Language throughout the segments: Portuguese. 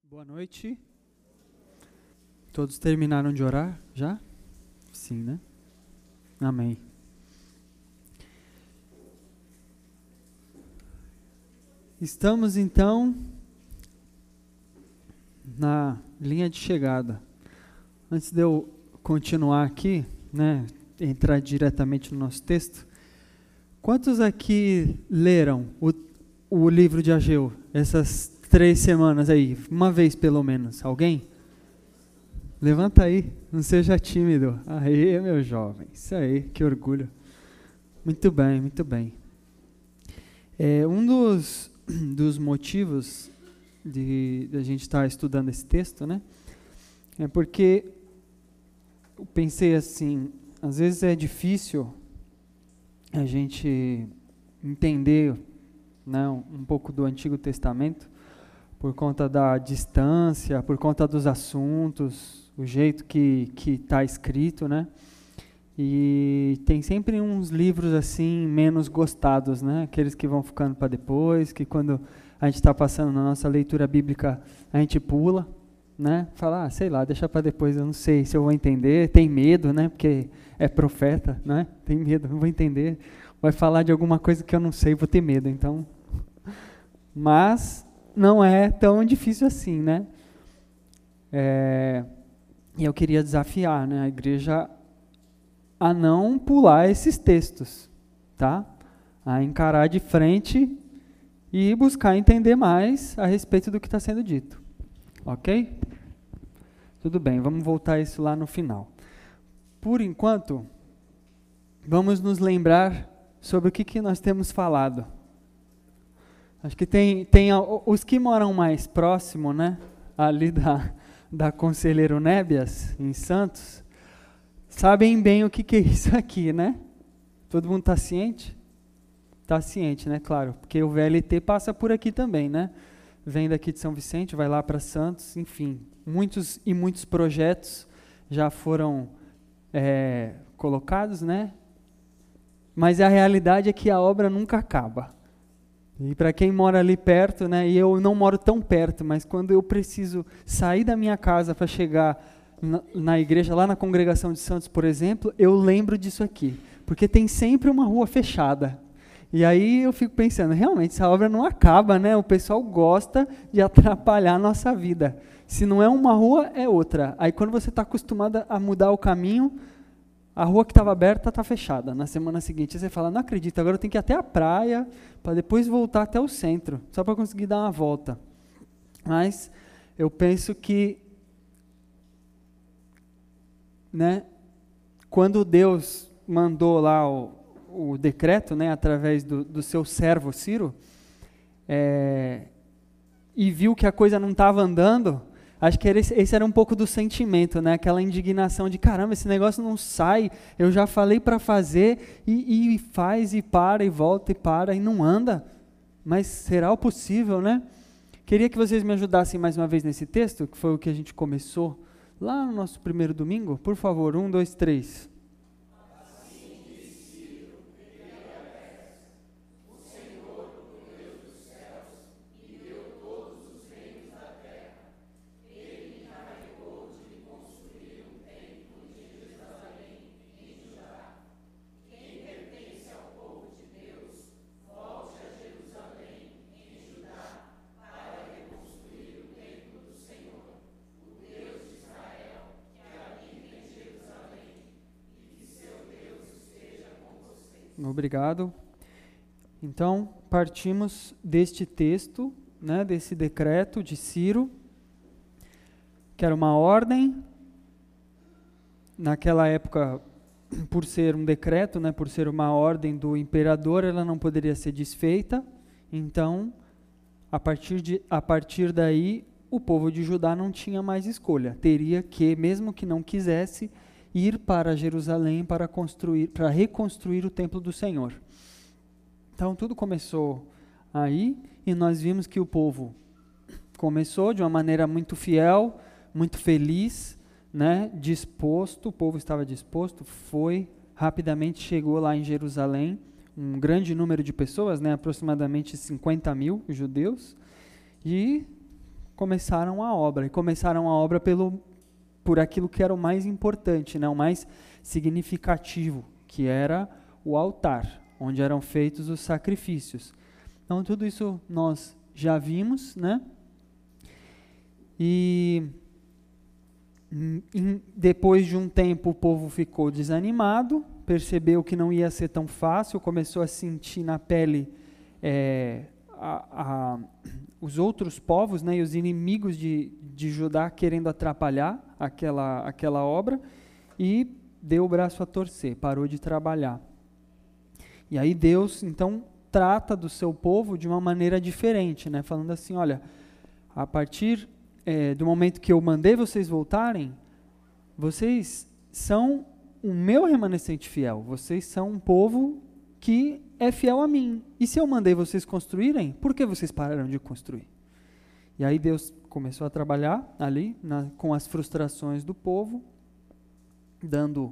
Boa noite. Todos terminaram de orar já? Sim, né? Amém. Estamos então na linha de chegada. Antes de eu continuar aqui, né, entrar diretamente no nosso texto, quantos aqui leram o livro de Ageu essas 3 semanas aí, uma vez pelo menos? Alguém? Levanta aí, não seja tímido. Aí, meu jovem, isso aí, que orgulho. Muito bem, muito bem. Um dos motivos de a gente estar estudando esse texto, né, é porque eu pensei assim, às vezes é difícil a gente entender, né, um pouco do Antigo Testamento, por conta da distância, por conta dos assuntos, o jeito que está escrito, né? E tem sempre uns livros assim menos gostados, né? Aqueles que vão ficando para depois, que quando a gente está passando na nossa leitura bíblica a gente pula, né? Fala, sei lá, deixa para depois, eu não sei se eu vou entender, tem medo, né? Porque é profeta, né? Tem medo, não vou entender, vai falar de alguma coisa que eu não sei, vou ter medo, então. Mas não é tão difícil assim, né? E eu queria desafiar, né, a igreja a não pular esses textos, tá? A encarar de frente e buscar entender mais a respeito do que está sendo dito. Ok? Tudo bem, vamos voltar a isso lá no final. Por enquanto, vamos nos lembrar sobre o que nós temos falado. Acho que tem os que moram mais próximo, né, ali da Conselheiro Nébias, em Santos, sabem bem o que é isso aqui, né? Todo mundo está ciente? Está ciente, né? Claro, porque o VLT passa por aqui também, né? Vem daqui de São Vicente, vai lá para Santos, enfim. Muitos projetos já foram colocados, né? Mas a realidade é que a obra nunca acaba. E para quem mora ali perto, né, e eu não moro tão perto, mas quando eu preciso sair da minha casa para chegar na igreja, lá na Congregação de Santos, por exemplo, eu lembro disso aqui, porque tem sempre uma rua fechada. E aí eu fico pensando, realmente, essa obra não acaba, né? O pessoal gosta de atrapalhar a nossa vida. Se não é uma rua, é outra. Aí quando você está acostumado a mudar o caminho, a rua que estava aberta está fechada. Na semana seguinte você fala, não acredito, agora eu tenho que ir até a praia para depois voltar até o centro, só para conseguir dar uma volta. Mas eu penso que, né, quando Deus mandou lá o decreto, né, através do seu servo Ciro, e viu que a coisa não estava andando, acho que esse era um pouco do sentimento, né? Aquela indignação de, caramba, esse negócio não sai, eu já falei para fazer, e faz, e para, e volta, e para, e não anda. Mas será o possível, né? Queria que vocês me ajudassem mais uma vez nesse texto, que foi o que a gente começou lá no nosso primeiro domingo. Por favor, 1, 2, 3. Obrigado. Então, partimos deste texto, né, desse decreto de Ciro, que era uma ordem. Naquela época, por ser um decreto, né, por ser uma ordem do imperador, ela não poderia ser desfeita. Então, a partir daí, o povo de Judá não tinha mais escolha. Teria que, mesmo que não quisesse, ir para Jerusalém para reconstruir o templo do Senhor. Então tudo começou aí, e nós vimos que o povo começou de uma maneira muito fiel, muito feliz, né, disposto, o povo estava disposto, foi, rapidamente chegou lá em Jerusalém, um grande número de pessoas, né, aproximadamente 50 mil judeus, e começaram a obra. E começaram a obra por aquilo que era o mais importante, né? O mais significativo, que era o altar, onde eram feitos os sacrifícios. Então, tudo isso nós já vimos, né? E depois de um tempo o povo ficou desanimado, percebeu que não ia ser tão fácil, começou a sentir na pele os outros povos, né, e os inimigos de Judá querendo atrapalhar aquela obra, e deu o braço a torcer, parou de trabalhar. E aí Deus, então, trata do seu povo de uma maneira diferente, né, falando assim, olha, a partir do momento que eu mandei vocês voltarem, vocês são o meu remanescente fiel, vocês são um povo que é fiel a mim. E se eu mandei vocês construírem, por que vocês pararam de construir? E aí Deus começou a trabalhar ali com as frustrações do povo, dando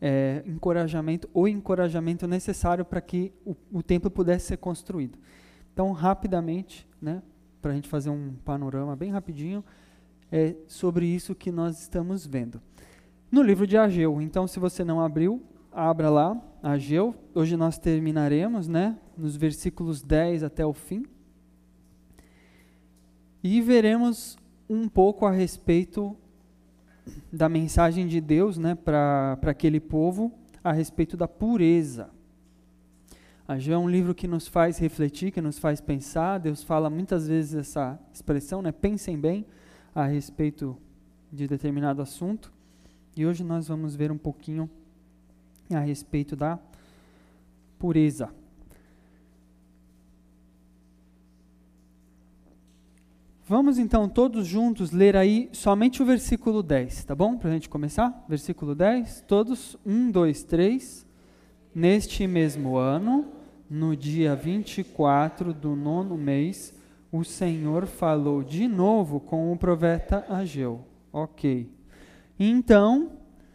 o encorajamento necessário para que o templo pudesse ser construído. Então, rapidamente, né, para a gente fazer um panorama bem rapidinho, é sobre isso que nós estamos vendo. No livro de Ageu, então, se você não abriu, abra lá, Ageu. Hoje nós terminaremos, né, nos versículos 10 até o fim. E veremos um pouco a respeito da mensagem de Deus, né, para aquele povo, a respeito da pureza. Ageu é um livro que nos faz refletir, que nos faz pensar. Deus fala muitas vezes essa expressão, né, pensem bem a respeito de determinado assunto. E hoje nós vamos ver um pouquinho a respeito da pureza. Vamos então todos juntos ler aí somente o versículo 10, tá bom? Para a gente começar? Versículo 10, todos, 1, 2, 3. Neste mesmo ano, no dia 24 do 9º mês, o Senhor falou de novo com o profeta Ageu. Ok. Então,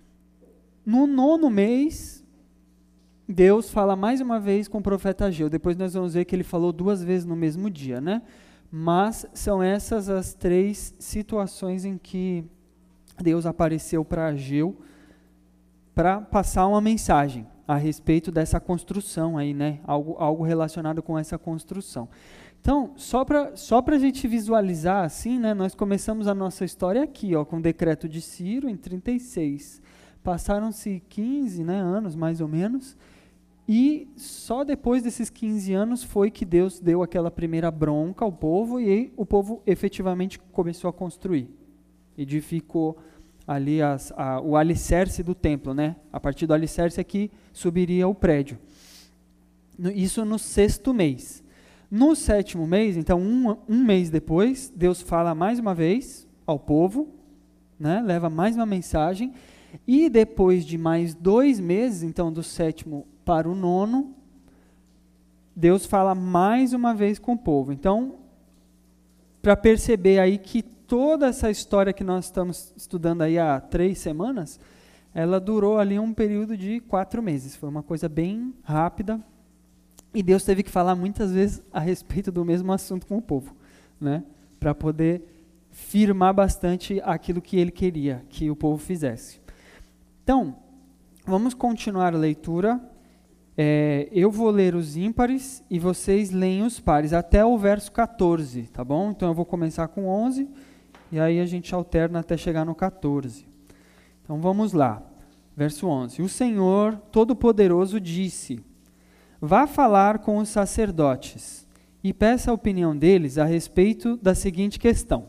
no 9º mês, Deus fala mais uma vez com o profeta Ageu. Depois nós vamos ver que ele falou 2 vezes no mesmo dia, né? Mas são essas as 3 situações em que Deus apareceu para Ageu para passar uma mensagem a respeito dessa construção aí, né? Algo relacionado com essa construção. Então, só para a gente visualizar assim, né? Nós começamos a nossa história aqui, ó, com o decreto de Ciro em 36. Passaram-se 15, né, anos mais ou menos, e só depois desses 15 anos foi que Deus deu aquela primeira bronca ao povo, e aí o povo efetivamente começou a construir. Edificou ali o alicerce do templo, né? A partir do alicerce aqui subiria o prédio. Isso no 6º mês. No 7º mês, então um mês depois, Deus fala mais uma vez ao povo, né? Leva mais uma mensagem, e depois de mais 2 meses, então do 7º para o 9º, Deus fala mais uma vez com o povo. Então, para perceber aí que toda essa história que nós estamos estudando aí há 3 semanas, ela durou ali um período de 4 meses. Foi uma coisa bem rápida, e Deus teve que falar muitas vezes a respeito do mesmo assunto com o povo, né? Para poder firmar bastante aquilo que ele queria que o povo fizesse. Então, vamos continuar a leitura. Eu vou ler os ímpares e vocês leem os pares até o verso 14, tá bom? Então eu vou começar com 11 e aí a gente alterna até chegar no 14. Então vamos lá, verso 11. O Senhor Todo-Poderoso disse: vá falar com os sacerdotes e peça a opinião deles a respeito da seguinte questão.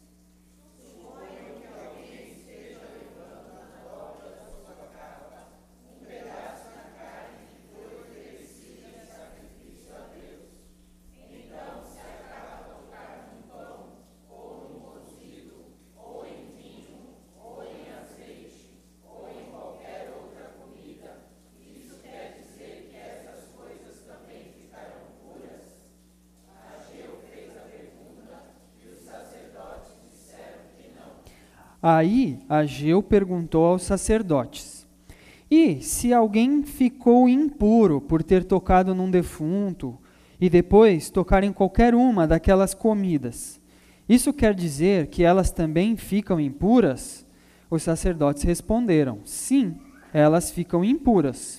Aí Ageu perguntou aos sacerdotes: e se alguém ficou impuro por ter tocado num defunto e depois tocar em qualquer uma daquelas comidas, Isso quer dizer que elas também ficam impuras? Os sacerdotes responderam: sim, elas ficam impuras.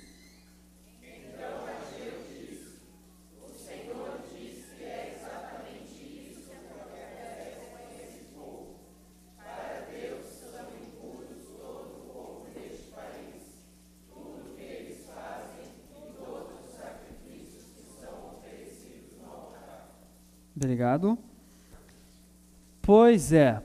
Obrigado. Pois é.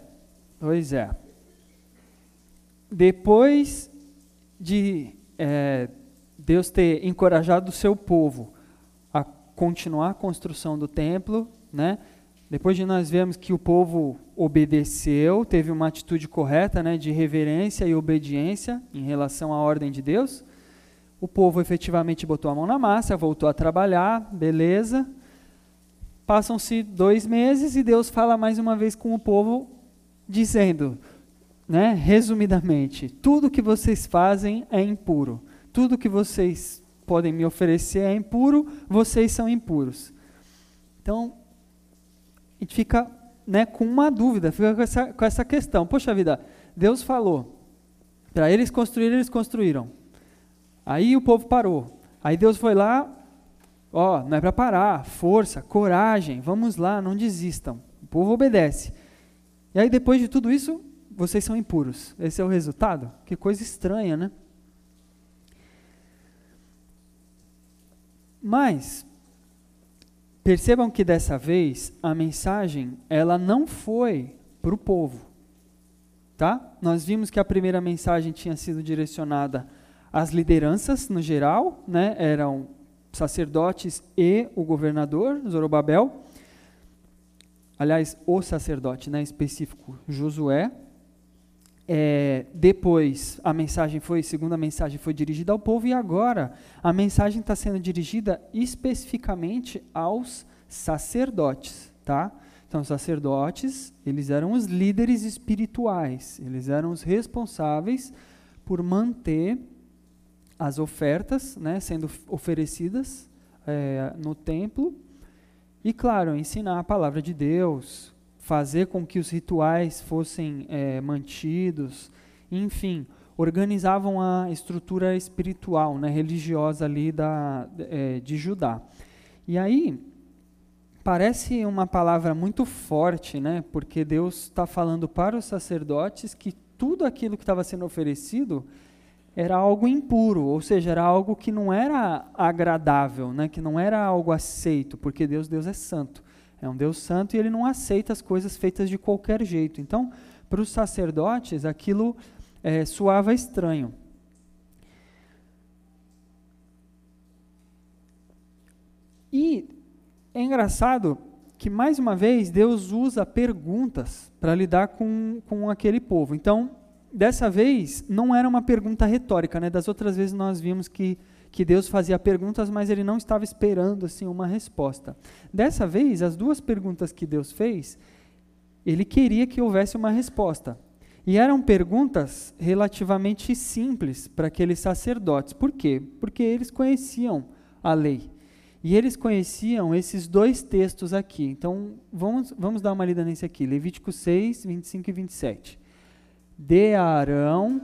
Depois de Deus ter encorajado o seu povo a continuar a construção do templo, né? Depois de nós vermos que o povo obedeceu, teve uma atitude correta, né, de reverência e obediência em relação à ordem de Deus, o povo efetivamente botou a mão na massa, voltou a trabalhar, beleza. Passam-se 2 meses e Deus fala mais uma vez com o povo, dizendo, né, resumidamente, tudo que vocês fazem é impuro, tudo que vocês podem me oferecer é impuro, vocês são impuros. Então, a gente fica, né, com uma dúvida, fica com essa questão. Poxa vida, Deus falou, para eles construírem, eles construíram. Aí o povo parou. Aí Deus foi lá, não é para parar, força, coragem, vamos lá, não desistam. O povo obedece. E aí depois de tudo isso, vocês são impuros. Esse é o resultado? Que coisa estranha, né? Mas, percebam que dessa vez, a mensagem, ela não foi para o povo. Tá? Nós vimos que a primeira mensagem tinha sido direcionada às lideranças no geral, né? Eram sacerdotes e o governador, Zorobabel. Aliás, o sacerdote, né, específico, Josué. Depois, segunda mensagem foi dirigida ao povo, e agora a mensagem está sendo dirigida especificamente aos sacerdotes, tá? Então, os sacerdotes, eles eram os líderes espirituais, eles eram os responsáveis por manter as ofertas, né, sendo oferecidas no templo, e claro, ensinar a palavra de Deus, fazer com que os rituais fossem mantidos, enfim, organizavam a estrutura espiritual, né, religiosa ali de Judá. E aí, parece uma palavra muito forte, né, porque Deus está falando para os sacerdotes que tudo aquilo que estava sendo oferecido era algo impuro, ou seja, era algo que não era agradável, né, que não era algo aceito, porque Deus é santo. É um Deus santo e ele não aceita as coisas feitas de qualquer jeito. Então, para os sacerdotes, aquilo soava estranho. E é engraçado que, mais uma vez, Deus usa perguntas para lidar com aquele povo. Então, dessa vez, não era uma pergunta retórica, né? Das outras vezes nós vimos que Deus fazia perguntas, mas ele não estava esperando assim, uma resposta. Dessa vez, as 2 perguntas que Deus fez, ele queria que houvesse uma resposta. E eram perguntas relativamente simples para aqueles sacerdotes. Por quê? Porque eles conheciam a lei. E eles conheciam esses 2 textos aqui. Então, vamos dar uma lida nesse aqui. Levítico 6, 25 e 27. De Arão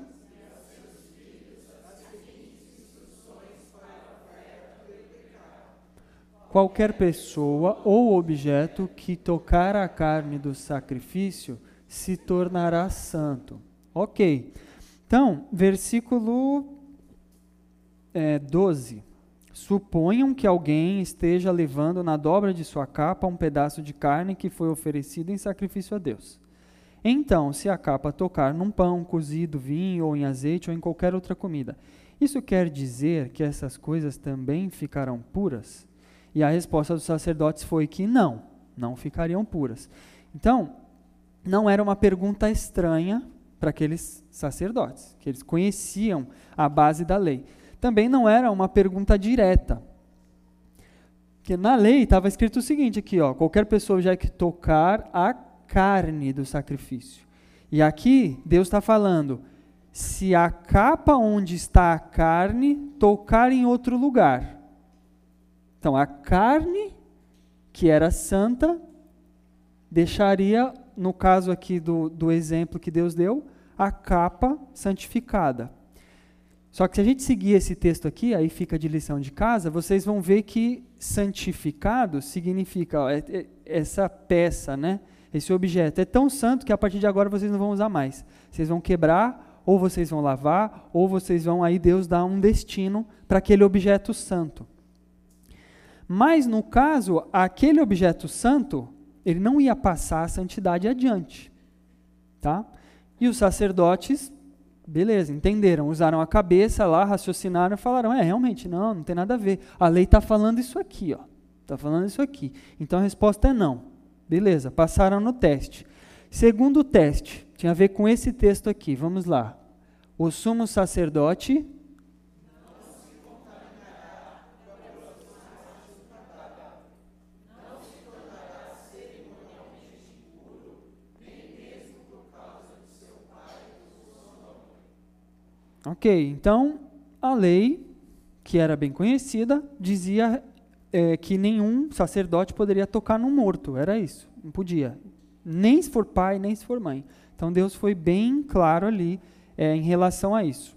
qualquer pessoa ou objeto que tocar a carne do sacrifício se tornará santo. Ok. Então, versículo 12. Suponham que alguém esteja levando na dobra de sua capa um pedaço de carne que foi oferecido em sacrifício a Deus. Então, se a capa tocar num pão, cozido, vinho, ou em azeite, ou em qualquer outra comida, isso quer dizer que essas coisas também ficarão puras? E a resposta dos sacerdotes foi que não ficariam puras. Então, não era uma pergunta estranha para aqueles sacerdotes, que eles conheciam a base da lei. Também não era uma pergunta direta, porque na lei estava escrito o seguinte aqui, qualquer pessoa já que tocar a carne do sacrifício. E aqui Deus está falando, se a capa onde está a carne tocar em outro lugar. Então, a carne, que era santa, deixaria no caso aqui do exemplo que Deus deu, a capa santificada. Só que se a gente seguir esse texto aqui, aí fica de lição de casa, vocês vão ver que santificado significa essa peça, né? Esse objeto é tão santo que a partir de agora vocês não vão usar mais. Vocês vão quebrar, ou vocês vão lavar, ou vocês vão, aí Deus dá um destino para aquele objeto santo. Mas no caso, aquele objeto santo, ele não ia passar a santidade adiante, tá? E os sacerdotes, beleza, entenderam, usaram a cabeça lá, raciocinaram e falaram, realmente, não tem nada a ver. A lei está falando isso aqui, ó. Está falando isso aqui. Então a resposta é não. Beleza, passaram no teste. Segundo teste, tinha a ver com esse texto aqui, vamos lá. O sumo sacerdote não se contaminará com a não se tornará cerimonialmente impuro, nem mesmo por causa de seu pai ou do seu nome. Ok, então a lei, que era bem conhecida, dizia que nenhum sacerdote poderia tocar num morto, era isso, não podia, nem se for pai, nem se for mãe. Então Deus foi bem claro ali em relação a isso.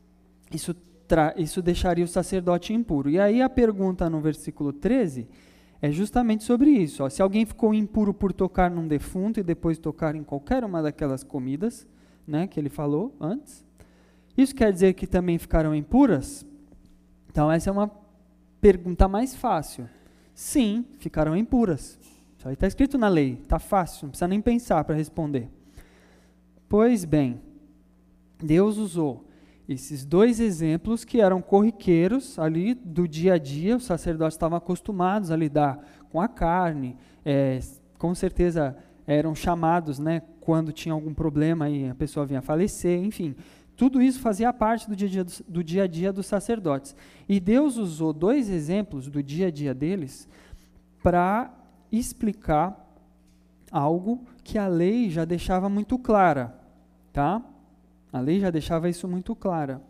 Isso deixaria o sacerdote impuro. E aí a pergunta no versículo 13 é justamente sobre isso. Ó, se alguém ficou impuro por tocar num defunto e depois tocar em qualquer uma daquelas comidas, né, que ele falou antes, isso quer dizer que também ficaram impuras? Então essa é uma pergunta mais fácil. Sim, ficaram impuras. Isso aí está escrito na lei, está fácil, não precisa nem pensar para responder. Pois bem, Deus usou esses dois exemplos que eram corriqueiros ali do dia a dia, os sacerdotes estavam acostumados a lidar com a carne, com certeza eram chamados, né, quando tinha algum problema e a pessoa vinha a falecer, enfim. Tudo isso fazia parte do dia a dia dos sacerdotes. E Deus usou dois exemplos do dia a dia deles para explicar algo que a lei já deixava muito clara, tá? A lei já deixava isso muito clara.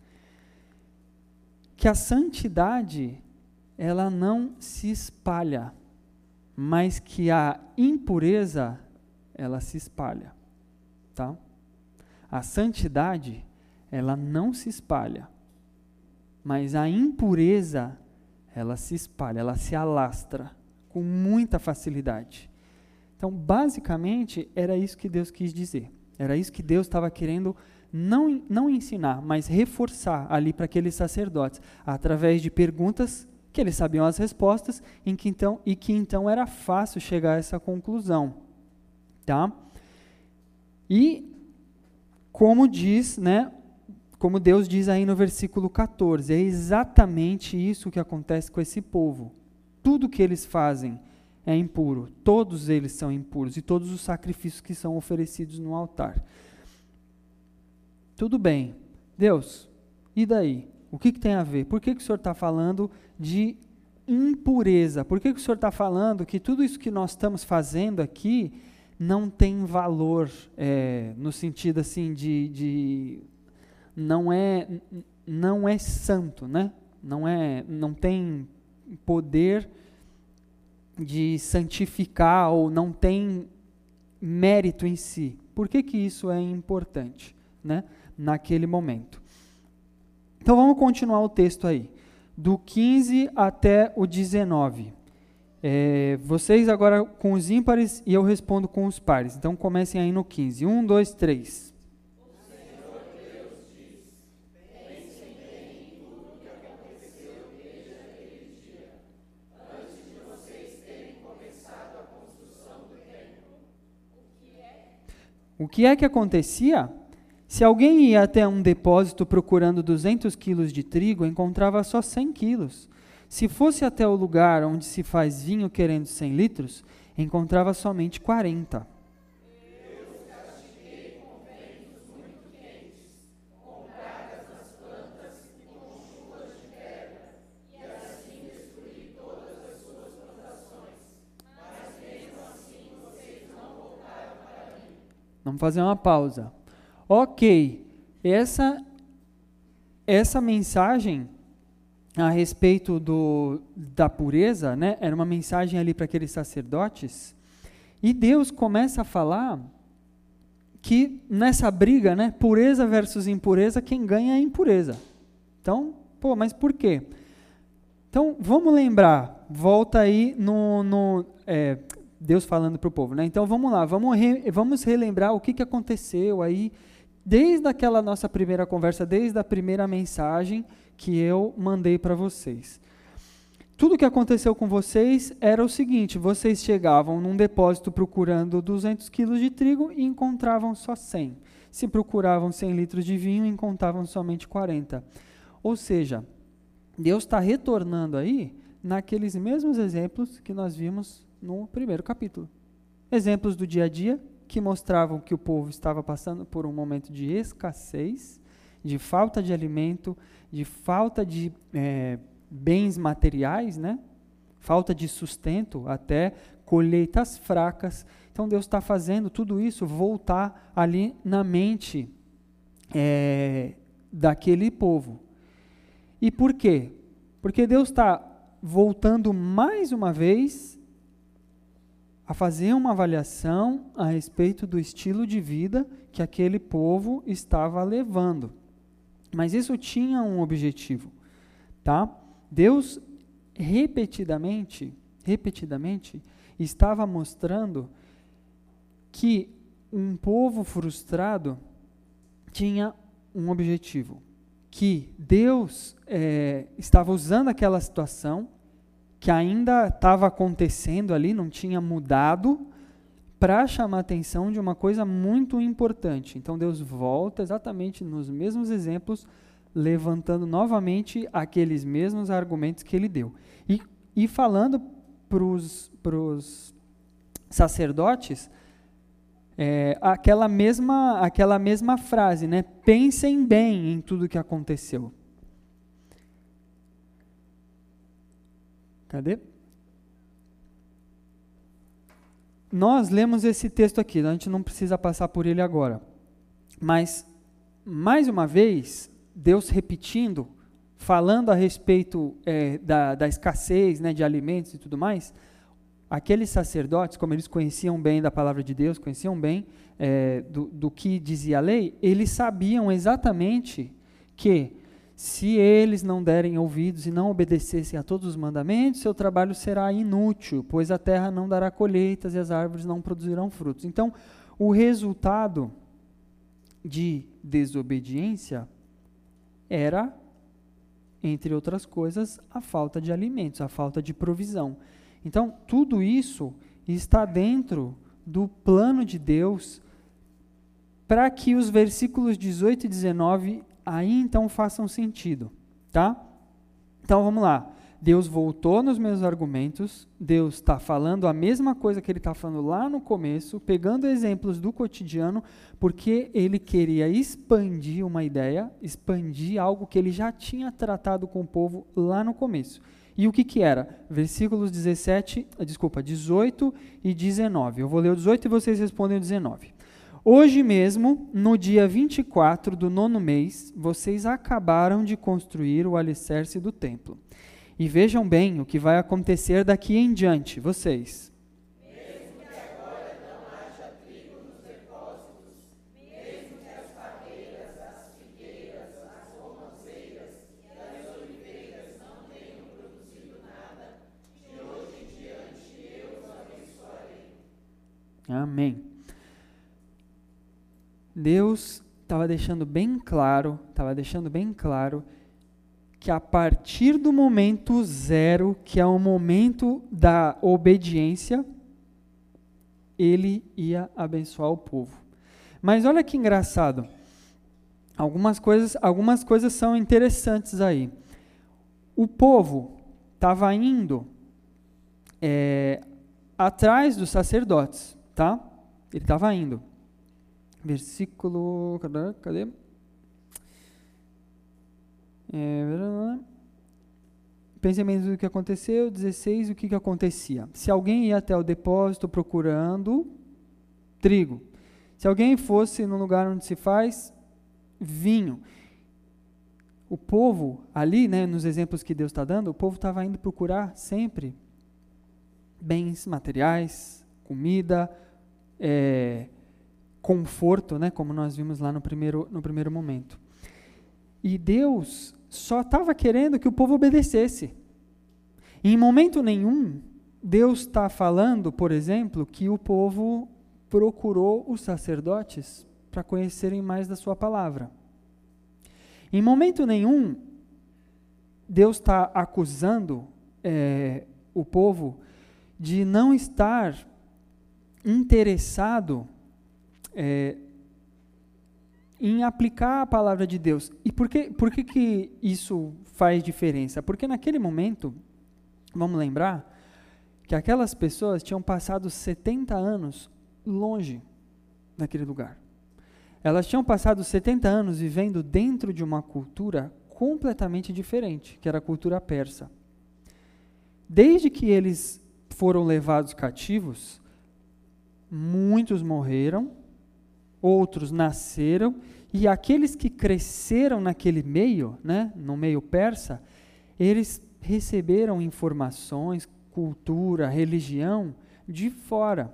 Que a santidade, ela não se espalha, mas que a impureza, ela se espalha, tá? A santidade, ela não se espalha, mas a impureza, ela se espalha, ela se alastra com muita facilidade. Então, basicamente, era isso que Deus quis dizer. Era isso que Deus estava querendo não ensinar, mas reforçar ali para aqueles sacerdotes, através de perguntas que eles sabiam as respostas, e que então era fácil chegar a essa conclusão. Tá? E como diz, né, como Deus diz aí no versículo 14, é exatamente isso que acontece com esse povo. Tudo que eles fazem é impuro, todos eles são impuros, e todos os sacrifícios que são oferecidos no altar. Tudo bem, Deus, e daí? O que tem a ver? Por que o Senhor está falando de impureza? Por que o Senhor está falando que tudo isso que nós estamos fazendo aqui não tem valor, no sentido assim não é santo, né? Não tem poder de santificar, ou não tem mérito em si. Por que isso é importante, né, naquele momento? Então vamos continuar o texto aí, do 15 até o 19. Vocês agora com os ímpares e eu respondo com os pares. Então comecem aí no 15. 1, 2, 3. O que é que acontecia? Se alguém ia até um depósito procurando 200 quilos de trigo, encontrava só 100 quilos. Se fosse até o lugar onde se faz vinho querendo 100 litros, encontrava somente 40. Vamos fazer uma pausa. Ok, essa mensagem a respeito da pureza, né, era uma mensagem ali para aqueles sacerdotes, E Deus começa a falar que nessa briga, né, pureza versus impureza, quem ganha é a impureza. Então, mas por quê? Então, vamos lembrar, volta aí Deus falando para o povo, né? Então, vamos lá, vamos relembrar o que aconteceu aí, desde aquela nossa primeira conversa, desde a primeira mensagem que eu mandei para vocês. Tudo que aconteceu com vocês era o seguinte: vocês chegavam num depósito procurando 200 quilos de trigo e encontravam só 100. Se procuravam 100 litros de vinho, encontravam somente 40. Ou seja, Deus está retornando aí naqueles mesmos exemplos que nós vimos no primeiro capítulo. Exemplos do dia a dia que mostravam que o povo estava passando por um momento de escassez, de falta de alimento, de falta de bens materiais, né? Falta de sustento, até colheitas fracas. Então Deus está fazendo tudo isso voltar ali na mente daquele povo. E por quê? Porque Deus está voltando mais uma vez a fazer uma avaliação a respeito do estilo de vida que aquele povo estava levando. Mas isso tinha um objetivo, tá? Deus repetidamente estava mostrando que um povo frustrado tinha um objetivo, que Deus estava usando aquela situação que ainda estava acontecendo ali, não tinha mudado, para chamar a atenção de uma coisa muito importante. Então Deus volta exatamente nos mesmos exemplos, levantando novamente aqueles mesmos argumentos que ele deu. E falando para os sacerdotes, aquela mesma frase, né? Pensem bem em tudo que aconteceu. Cadê? Nós lemos esse texto aqui, a gente não precisa passar por ele agora. Mas, mais uma vez, Deus repetindo, falando a respeito da escassez, né, de alimentos e tudo mais, aqueles sacerdotes, como eles conheciam bem da palavra de Deus, conheciam bem do que dizia a lei, eles sabiam exatamente que se eles não derem ouvidos e não obedecessem a todos os mandamentos, seu trabalho será inútil, pois a terra não dará colheitas e as árvores não produzirão frutos. Então, o resultado de desobediência era, entre outras coisas, a falta de alimentos, a falta de provisão. Então, tudo isso está dentro do plano de Deus para que os versículos 18 e 19 aí então façam sentido, tá? Então vamos lá. Deus voltou nos meus argumentos, Deus está falando a mesma coisa que ele está falando lá no começo, pegando exemplos do cotidiano, porque ele queria expandir uma ideia, expandir algo que ele já tinha tratado com o povo lá no começo. E o que era? Versículos 18 e 19. Eu vou ler o 18 e vocês respondem o 19. Hoje mesmo, no dia 24 do 9º mês, vocês acabaram de construir o alicerce do templo. E vejam bem o que vai acontecer daqui em diante, vocês. Mesmo que agora não haja trigo nos depósitos, mesmo que as parreiras, as figueiras, as romãzeiras e as oliveiras não tenham produzido nada, de hoje em diante eu os abençoarei. Amém. Deus estava deixando bem claro que a partir do momento zero, que é o momento da obediência, ele ia abençoar o povo. Mas olha que engraçado, algumas coisas são interessantes aí. O povo estava indo atrás dos sacerdotes, tá? Ele estava indo. Versículo, cadê? Pensamento do que aconteceu, 16, o que acontecia? Se alguém ia até o depósito procurando trigo, se alguém fosse no lugar onde se faz vinho, o povo ali, né, nos exemplos que Deus está dando, o povo estava indo procurar sempre bens materiais, comida, conforto, né, como nós vimos lá no primeiro momento. E Deus só estava querendo que o povo obedecesse. E em momento nenhum, Deus está falando, por exemplo, que o povo procurou os sacerdotes para conhecerem mais da sua palavra. Em momento nenhum, Deus está acusando o povo de não estar interessado em aplicar a palavra de Deus. E por que isso faz diferença? Porque naquele momento, vamos lembrar, que aquelas pessoas tinham passado 70 anos longe daquele lugar. Elas tinham passado 70 anos vivendo dentro de uma cultura completamente diferente, que era a cultura persa. Desde que eles foram levados cativos, muitos morreram, outros nasceram, e aqueles que cresceram naquele meio, né, no meio persa, eles receberam informações, cultura, religião de fora.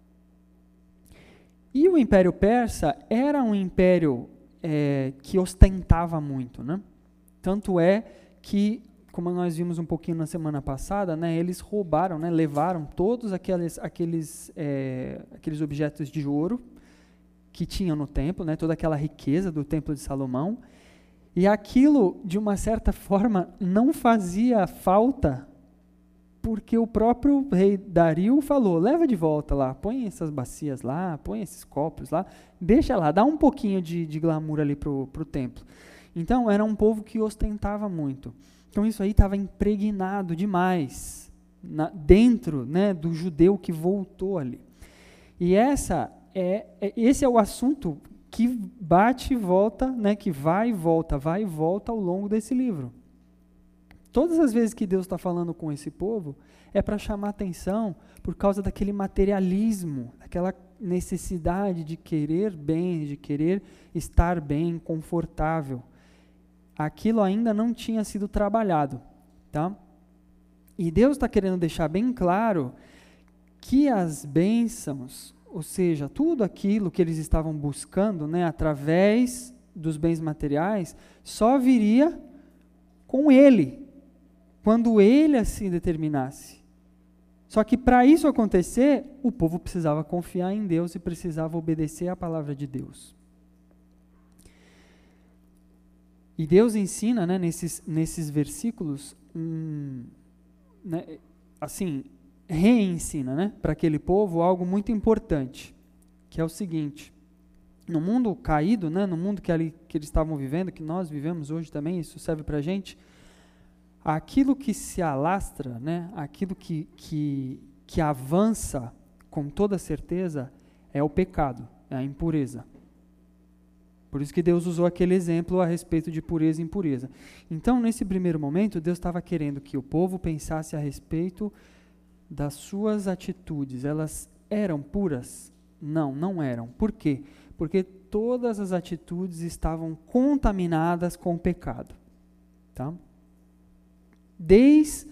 E o Império Persa era um império que ostentava muito, né? Tanto é que, como nós vimos um pouquinho na semana passada, né, eles roubaram, né, levaram todos aqueles objetos de ouro que tinham no templo, né, toda aquela riqueza do Templo de Salomão, e aquilo, de uma certa forma, não fazia falta, porque o próprio rei Dario falou, leva de volta lá, põe essas bacias lá, põe esses copos lá, deixa lá, dá um pouquinho de glamour ali para o templo. Então, era um povo que ostentava muito. Então, isso aí estava impregnado demais dentro, né, do judeu que voltou ali. E esse é o assunto que bate e volta, né, que vai e volta ao longo desse livro. Todas as vezes que Deus está falando com esse povo, é para chamar atenção por causa daquele materialismo, daquela necessidade de querer bem, de querer estar bem, confortável. Aquilo ainda não tinha sido trabalhado, tá? E Deus está querendo deixar bem claro que as bênçãos, ou seja, tudo aquilo que eles estavam buscando, né, através dos bens materiais, só viria com Ele, quando Ele assim determinasse. Só que para isso acontecer, o povo precisava confiar em Deus e precisava obedecer à palavra de Deus. E Deus ensina, né, nesses versículos, né, assim, reensina, né, para aquele povo algo muito importante, que é o seguinte: no mundo caído, né, no mundo que eles estavam vivendo, que nós vivemos hoje também, isso serve para a gente, aquilo que se alastra, né, aquilo que avança com toda certeza é o pecado, é a impureza. Por isso que Deus usou aquele exemplo a respeito de pureza e impureza. Então, nesse primeiro momento, Deus estava querendo que o povo pensasse a respeito das suas atitudes. Elas eram puras? Não, não eram. Por quê? Porque todas as atitudes estavam contaminadas com o pecado. Tá? Desde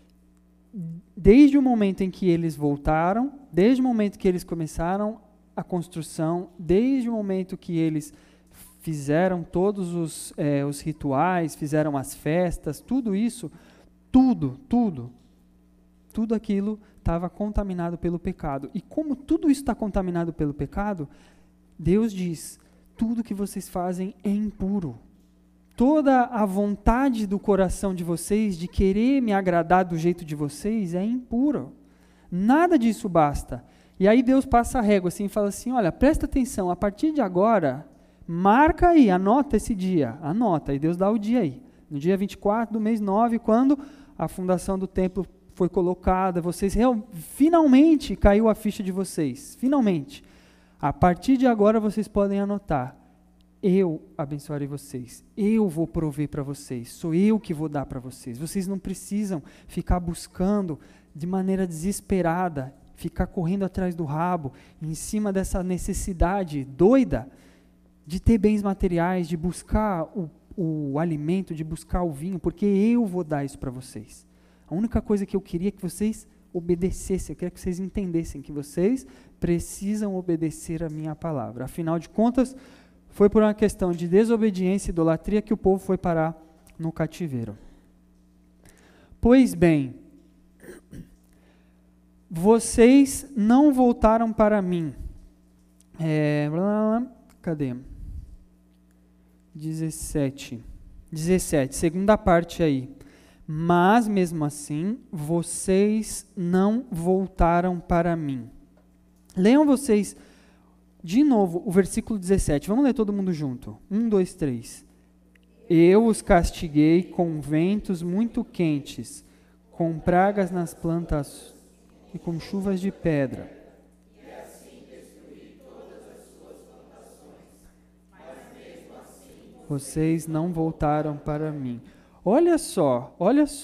o momento em que eles voltaram, desde o momento que eles começaram a construção, desde o momento que eles fizeram todos os rituais, fizeram as festas, tudo isso, tudo aquilo estava contaminado pelo pecado. E como tudo isso está contaminado pelo pecado, Deus diz, tudo que vocês fazem é impuro. Toda a vontade do coração de vocês, de querer me agradar do jeito de vocês, é impuro. Nada disso basta. E aí Deus passa a régua assim, e fala assim, olha, presta atenção, a partir de agora, marca aí, anota esse dia, anota, e Deus dá o dia aí. No dia 24 do mês 9, quando a fundação do templo foi colocada, vocês finalmente caiu a ficha de vocês, finalmente. A partir de agora vocês podem anotar, eu abençoarei vocês, eu vou prover para vocês, sou eu que vou dar para vocês. Vocês não precisam ficar buscando de maneira desesperada, ficar correndo atrás do rabo, em cima dessa necessidade doida de ter bens materiais, de buscar o alimento, de buscar o vinho, porque eu vou dar isso para vocês. A única coisa que eu queria é que vocês obedecessem, eu queria que vocês entendessem que vocês precisam obedecer a minha palavra. Afinal de contas, foi por uma questão de desobediência e idolatria que o povo foi parar no cativeiro. Pois bem, vocês não voltaram para mim. Cadê? 17, segunda parte aí. Mas, mesmo assim, vocês não voltaram para mim. Leiam vocês, de novo, o versículo 17. Vamos ler todo mundo junto. 1, 2, 3. Eu os castiguei com ventos muito quentes, com pragas nas plantas e com chuvas de pedra. E assim destruí todas as suas plantações. Mas mesmo assim, vocês não voltaram para mim. Olha só.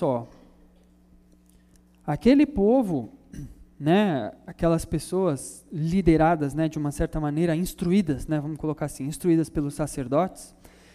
Aquele povo, né, aquelas pessoas lideradas, né, de uma certa maneira, instruídas, né, vamos colocar assim, instruídas pelos sacerdotes,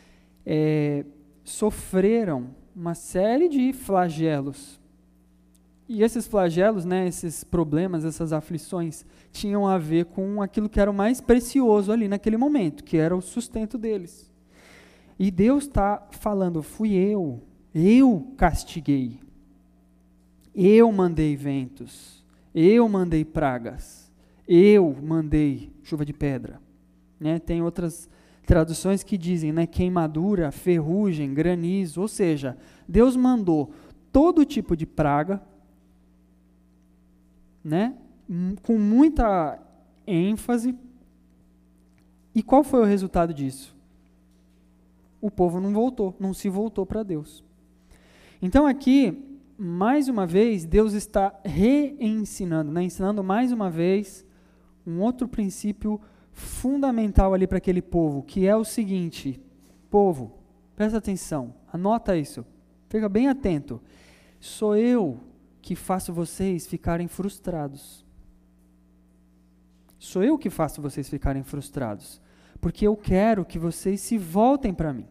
sofreram uma série de flagelos. E esses flagelos, né, esses problemas, essas aflições, tinham a ver com aquilo que era o mais precioso ali naquele momento, que era o sustento deles. E Deus está falando, fui eu castiguei, eu mandei ventos, eu mandei pragas, eu mandei chuva de pedra. Né? Tem outras traduções que dizem, né, queimadura, ferrugem, granizo, ou seja, Deus mandou todo tipo de praga, né, com muita ênfase. E qual foi o resultado disso? O povo não se voltou para Deus. Então aqui, mais uma vez, Deus está reensinando, né, ensinando mais uma vez um outro princípio fundamental ali para aquele povo, que é o seguinte: povo, presta atenção, anota isso, fica bem atento. Sou eu que faço vocês ficarem frustrados. Sou eu que faço vocês ficarem frustrados, porque eu quero que vocês se voltem para mim.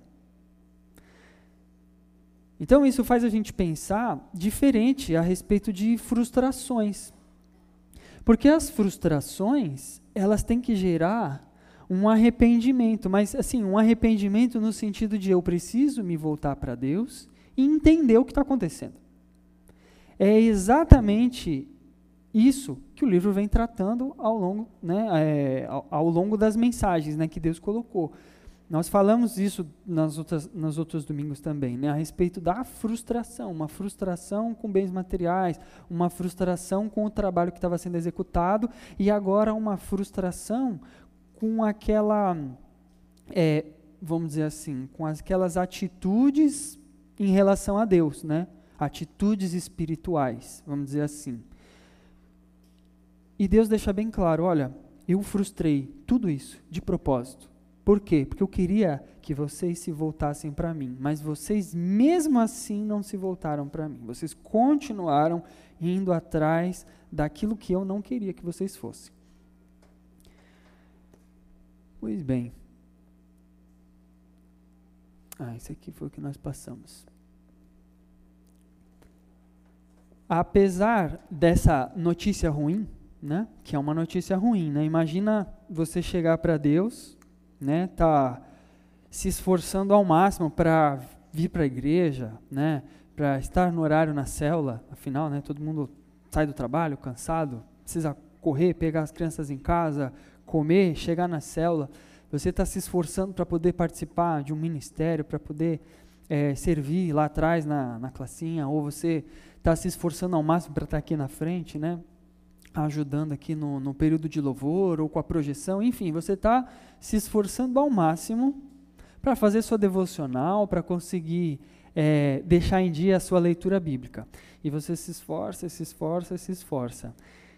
Então isso faz a gente pensar diferente a respeito de frustrações. Porque as frustrações, elas têm que gerar um arrependimento, mas assim, um arrependimento no sentido de eu preciso me voltar para Deus e entender o que está acontecendo. É exatamente isso que o livro vem tratando ao longo, né, ao longo das mensagens, né, que Deus colocou. Nós falamos isso nos outros domingos também, né, a respeito da frustração, uma frustração com bens materiais, uma frustração com o trabalho que estava sendo executado e agora uma frustração com aquela, vamos dizer assim, com aquelas atitudes em relação a Deus, né, atitudes espirituais, vamos dizer assim. E Deus deixa bem claro, olha, eu frustrei tudo isso de propósito. Por quê? Porque eu queria que vocês se voltassem para mim, mas vocês mesmo assim não se voltaram para mim. Vocês continuaram indo atrás daquilo que eu não queria que vocês fossem. Pois bem. Esse aqui foi o que nós passamos. Apesar dessa notícia ruim, né, que é uma notícia ruim, né? Imagina você chegar para Deus, né, tá se esforçando ao máximo para vir para a igreja, né, para estar no horário na célula, afinal, né, todo mundo sai do trabalho cansado, precisa correr, pegar as crianças em casa, comer, chegar na célula, você está se esforçando para poder participar de um ministério, para poder servir lá atrás na classinha, ou você está se esforçando ao máximo para estar aqui na frente, né, ajudando aqui no período de louvor, ou com a projeção, enfim, você está se esforçando ao máximo para fazer sua devocional, para conseguir deixar em dia a sua leitura bíblica. E você se esforça, se esforça, se esforça.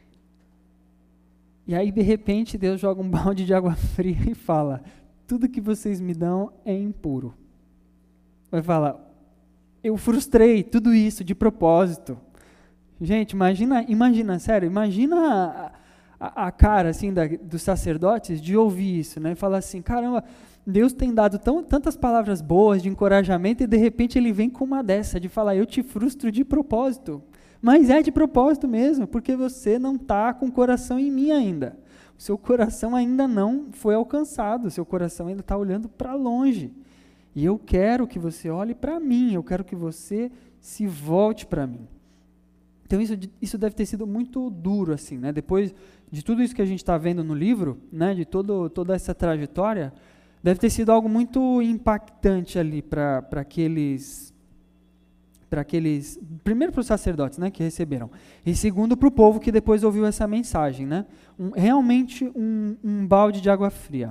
E aí, de repente, Deus joga um balde de água fria e fala, tudo que vocês me dão é impuro. Vai falar, eu frustrei tudo isso de propósito. Gente, imagina, sério, imagina a cara assim dos sacerdotes de ouvir isso, né? E falar assim, caramba, Deus tem dado tantas palavras boas de encorajamento e de repente ele vem com uma dessa, de falar, eu te frustro de propósito, Mas é de propósito mesmo, porque você não está com o coração em mim ainda. O seu coração ainda não foi alcançado, o seu coração ainda está olhando para longe. E eu quero que você olhe para mim, eu quero que você se volte para mim. Então isso deve ter sido muito duro, assim, né? Depois de tudo isso que a gente está vendo no livro, né? De toda essa trajetória, deve ter sido algo muito impactante ali para aqueles, primeiro para os sacerdotes, né? Que receberam, e segundo para o povo que depois ouviu essa mensagem, né? Realmente um balde de água fria.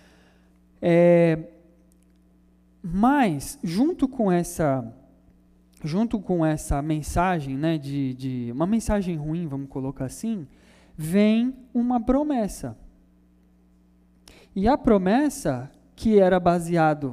Mas, junto com essa mensagem, né, de uma mensagem ruim, vamos colocar assim, vem uma promessa. E a promessa, que era baseado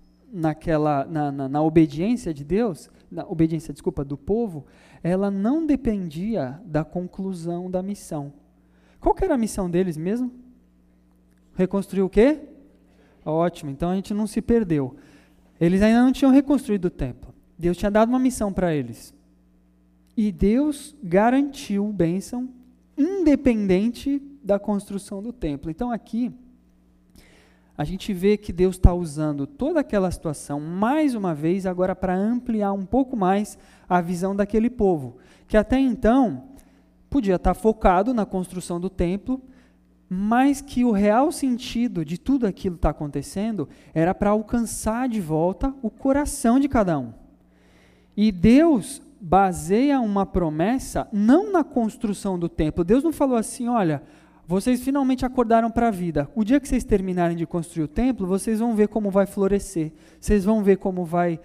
na obediência de Deus, na obediência, do povo, ela não dependia da conclusão da missão. Qual que era a missão deles mesmo? Reconstruir o quê? Ótimo, então a gente não se perdeu. Eles ainda não tinham reconstruído o templo. Deus tinha dado uma missão para eles. E Deus garantiu bênção independente da construção do templo. Então aqui, a gente vê que Deus está usando toda aquela situação, mais uma vez, agora para ampliar um pouco mais a visão daquele povo, que até então podia estar focado na construção do templo, mas que o real sentido de tudo aquilo que está acontecendo era para alcançar de volta o coração de cada um. E Deus baseia uma promessa não na construção do templo. Deus não falou assim, olha, vocês finalmente acordaram para a vida. O dia que vocês terminarem de construir o templo, vocês vão ver como vai florescer. Vocês vão ver como vai,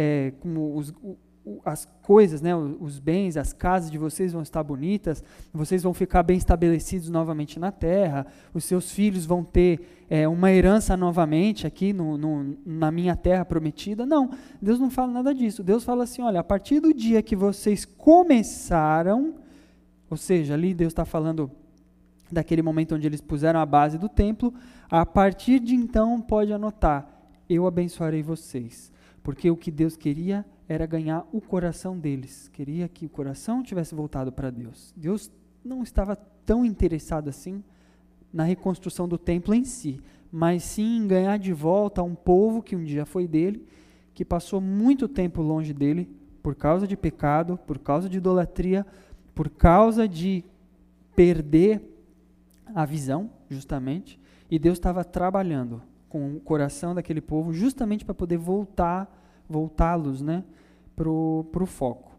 as coisas, né, os bens, as casas de vocês vão estar bonitas, vocês vão ficar bem estabelecidos novamente na terra, os seus filhos vão ter uma herança novamente aqui na minha terra prometida. Não, Deus não fala nada disso. Deus fala assim, olha, a partir do dia que vocês começaram, ou seja, ali Deus está falando daquele momento onde eles puseram a base do templo, a partir de então pode anotar, eu abençoarei vocês, porque o que Deus queria era ganhar o coração deles, queria que o coração tivesse voltado para Deus. Deus não estava tão interessado assim na reconstrução do templo em si, mas sim em ganhar de volta um povo que um dia foi dele, que passou muito tempo longe dele, por causa de pecado, por causa de idolatria, por causa de perder a visão, justamente, e Deus estava trabalhando com o coração daquele povo, justamente para poder voltá-los, né, pro foco.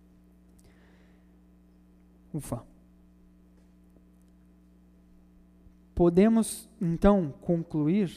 Ufa. Podemos, então, concluir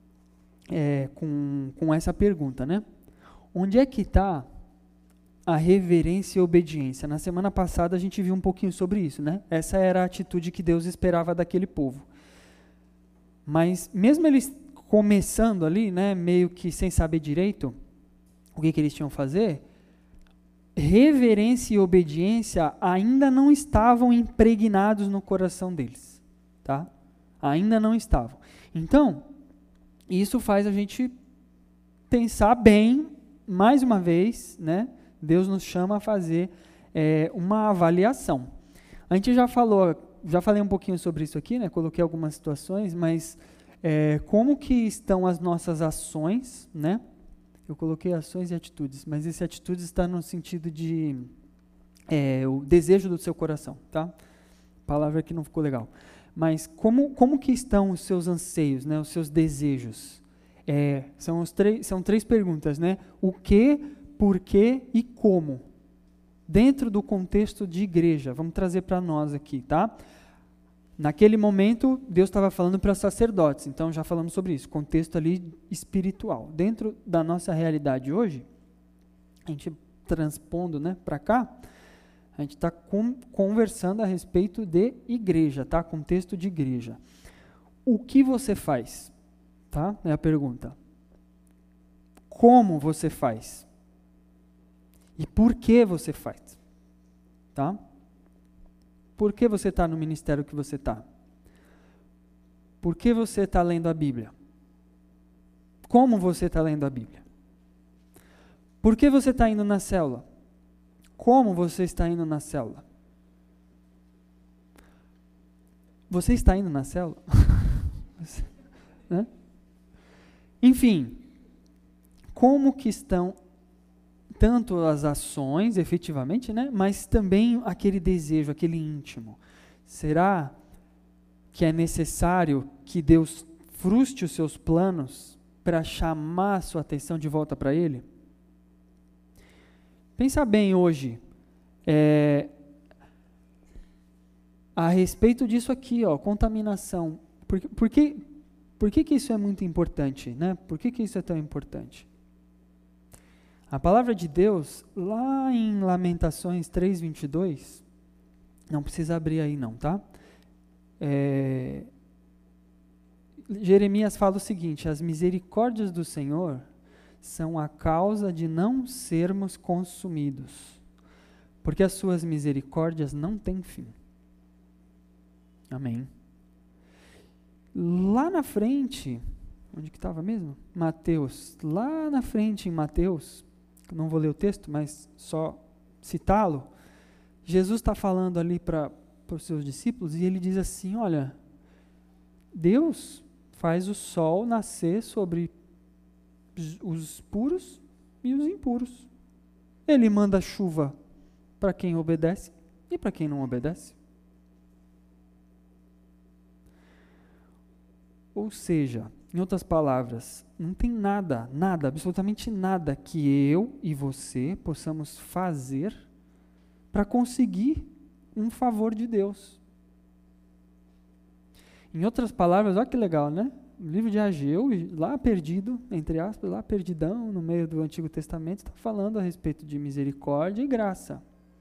com essa pergunta, né? Onde é que está a reverência e obediência? Na semana passada a gente viu um pouquinho sobre isso, né? Essa era a atitude que Deus esperava daquele povo. Mas mesmo eles começando ali, né, meio que sem saber direito o que eles tinham que fazer, reverência e obediência ainda não estavam impregnados no coração deles, tá? Ainda não estavam. Então, isso faz a gente pensar bem, mais uma vez, né? Deus nos chama a fazer uma avaliação. A gente já falei um pouquinho sobre isso aqui, né? Coloquei algumas situações, mas como que estão as nossas ações, né? Eu coloquei ações e atitudes, mas esse atitudes está no sentido de o desejo do seu coração, tá? Palavra que não ficou legal. Mas como que estão os seus anseios, né? Os seus desejos? São três perguntas, né? O que, por quê e como? Dentro do contexto de igreja. Vamos trazer para nós aqui, tá? Naquele momento, Deus estava falando para sacerdotes, então já falamos sobre isso, contexto ali espiritual. Dentro da nossa realidade hoje, a gente transpondo, né, para cá, a gente está conversando a respeito de igreja, tá? Contexto de igreja. O que você faz? Tá? É a pergunta. Como você faz? E por que você faz? Tá? Por que você está no ministério que você está? Por que você está lendo a Bíblia? Como você está lendo a Bíblia? Por que você está indo na célula? Como você está indo na célula? Você está indo na célula? Né? Enfim, como que estão tanto as ações, efetivamente, né, mas também aquele desejo, aquele íntimo. Será que é necessário que Deus frustre os seus planos para chamar a sua atenção de volta para Ele? Pensa bem hoje, a respeito disso aqui, contaminação. Por que isso é muito importante? Né? Por que isso é tão importante? A palavra de Deus, lá em Lamentações 3:22, não precisa abrir aí não, tá? Jeremias fala o seguinte: as misericórdias do Senhor são a causa de não sermos consumidos, porque as suas misericórdias não têm fim. Amém. Lá na frente, onde que estava mesmo? Mateus. Lá na frente em Mateus, não vou ler o texto, mas só citá-lo, Jesus está falando ali para os seus discípulos e ele diz assim: olha, Deus faz o sol nascer sobre os puros e os impuros. Ele manda chuva para quem obedece e para quem não obedece. Ou seja, em outras palavras, não tem nada, absolutamente nada que eu e você possamos fazer para conseguir um favor de Deus. Em outras palavras, olha que legal, né? O livro de Ageu, lá perdido, entre aspas, lá perdidão, no meio do Antigo Testamento, está falando a respeito de misericórdia e graça.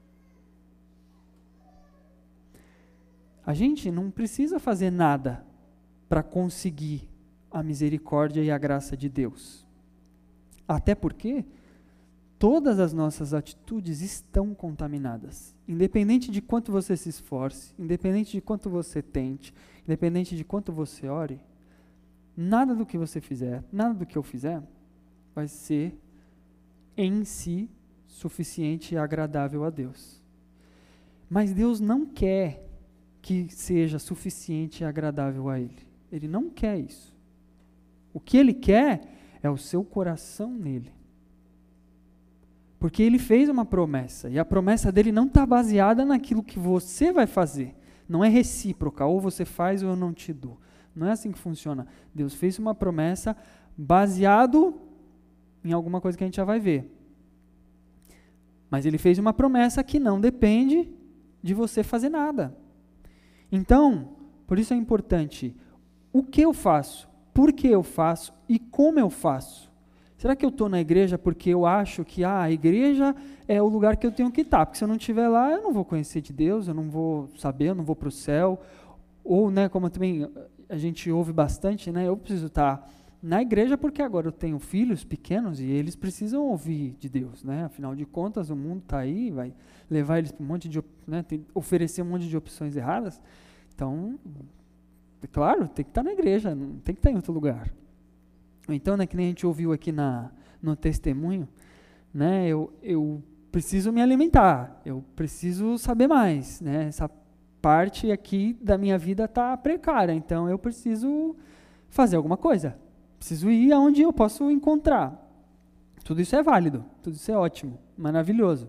A gente não precisa fazer nada para conseguir a misericórdia e a graça de Deus. Até porque todas as nossas atitudes estão contaminadas. Independente de quanto você se esforce, independente de quanto você tente, independente de quanto você ore, nada do que você fizer, nada do que eu fizer, vai ser em si suficiente e agradável a Deus. Mas Deus não quer que seja suficiente e agradável a Ele. Ele não quer isso. O que Ele quer é o seu coração nele. Porque Ele fez uma promessa, e a promessa dele não está baseada naquilo que você vai fazer. Não é recíproca, ou você faz ou eu não te dou. Não é assim que funciona. Deus fez uma promessa baseado em alguma coisa que a gente já vai ver. Mas Ele fez uma promessa que não depende de você fazer nada. Então, por isso é importante, o que eu faço, por que eu faço e como eu faço. Será que eu estou na igreja porque eu acho que a igreja é o lugar que eu tenho que estar? Porque se eu não estiver lá, eu não vou conhecer de Deus, eu não vou saber, eu não vou para o céu. Ou, né, como também a gente ouve bastante, né, eu preciso estar na igreja porque agora eu tenho filhos pequenos e eles precisam ouvir de Deus. Né? Afinal de contas, o mundo está aí, vai levar eles para um monte de, né, oferecer um monte de opções erradas. Então, é claro, tem que estar na igreja, não tem que estar em outro lugar. Então, né, que nem a gente ouviu aqui no testemunho, né, eu preciso me alimentar, eu preciso saber mais, né, essa parte aqui da minha vida está precária, então eu preciso fazer alguma coisa, preciso ir aonde eu posso encontrar. Tudo isso é válido, tudo isso é ótimo, maravilhoso.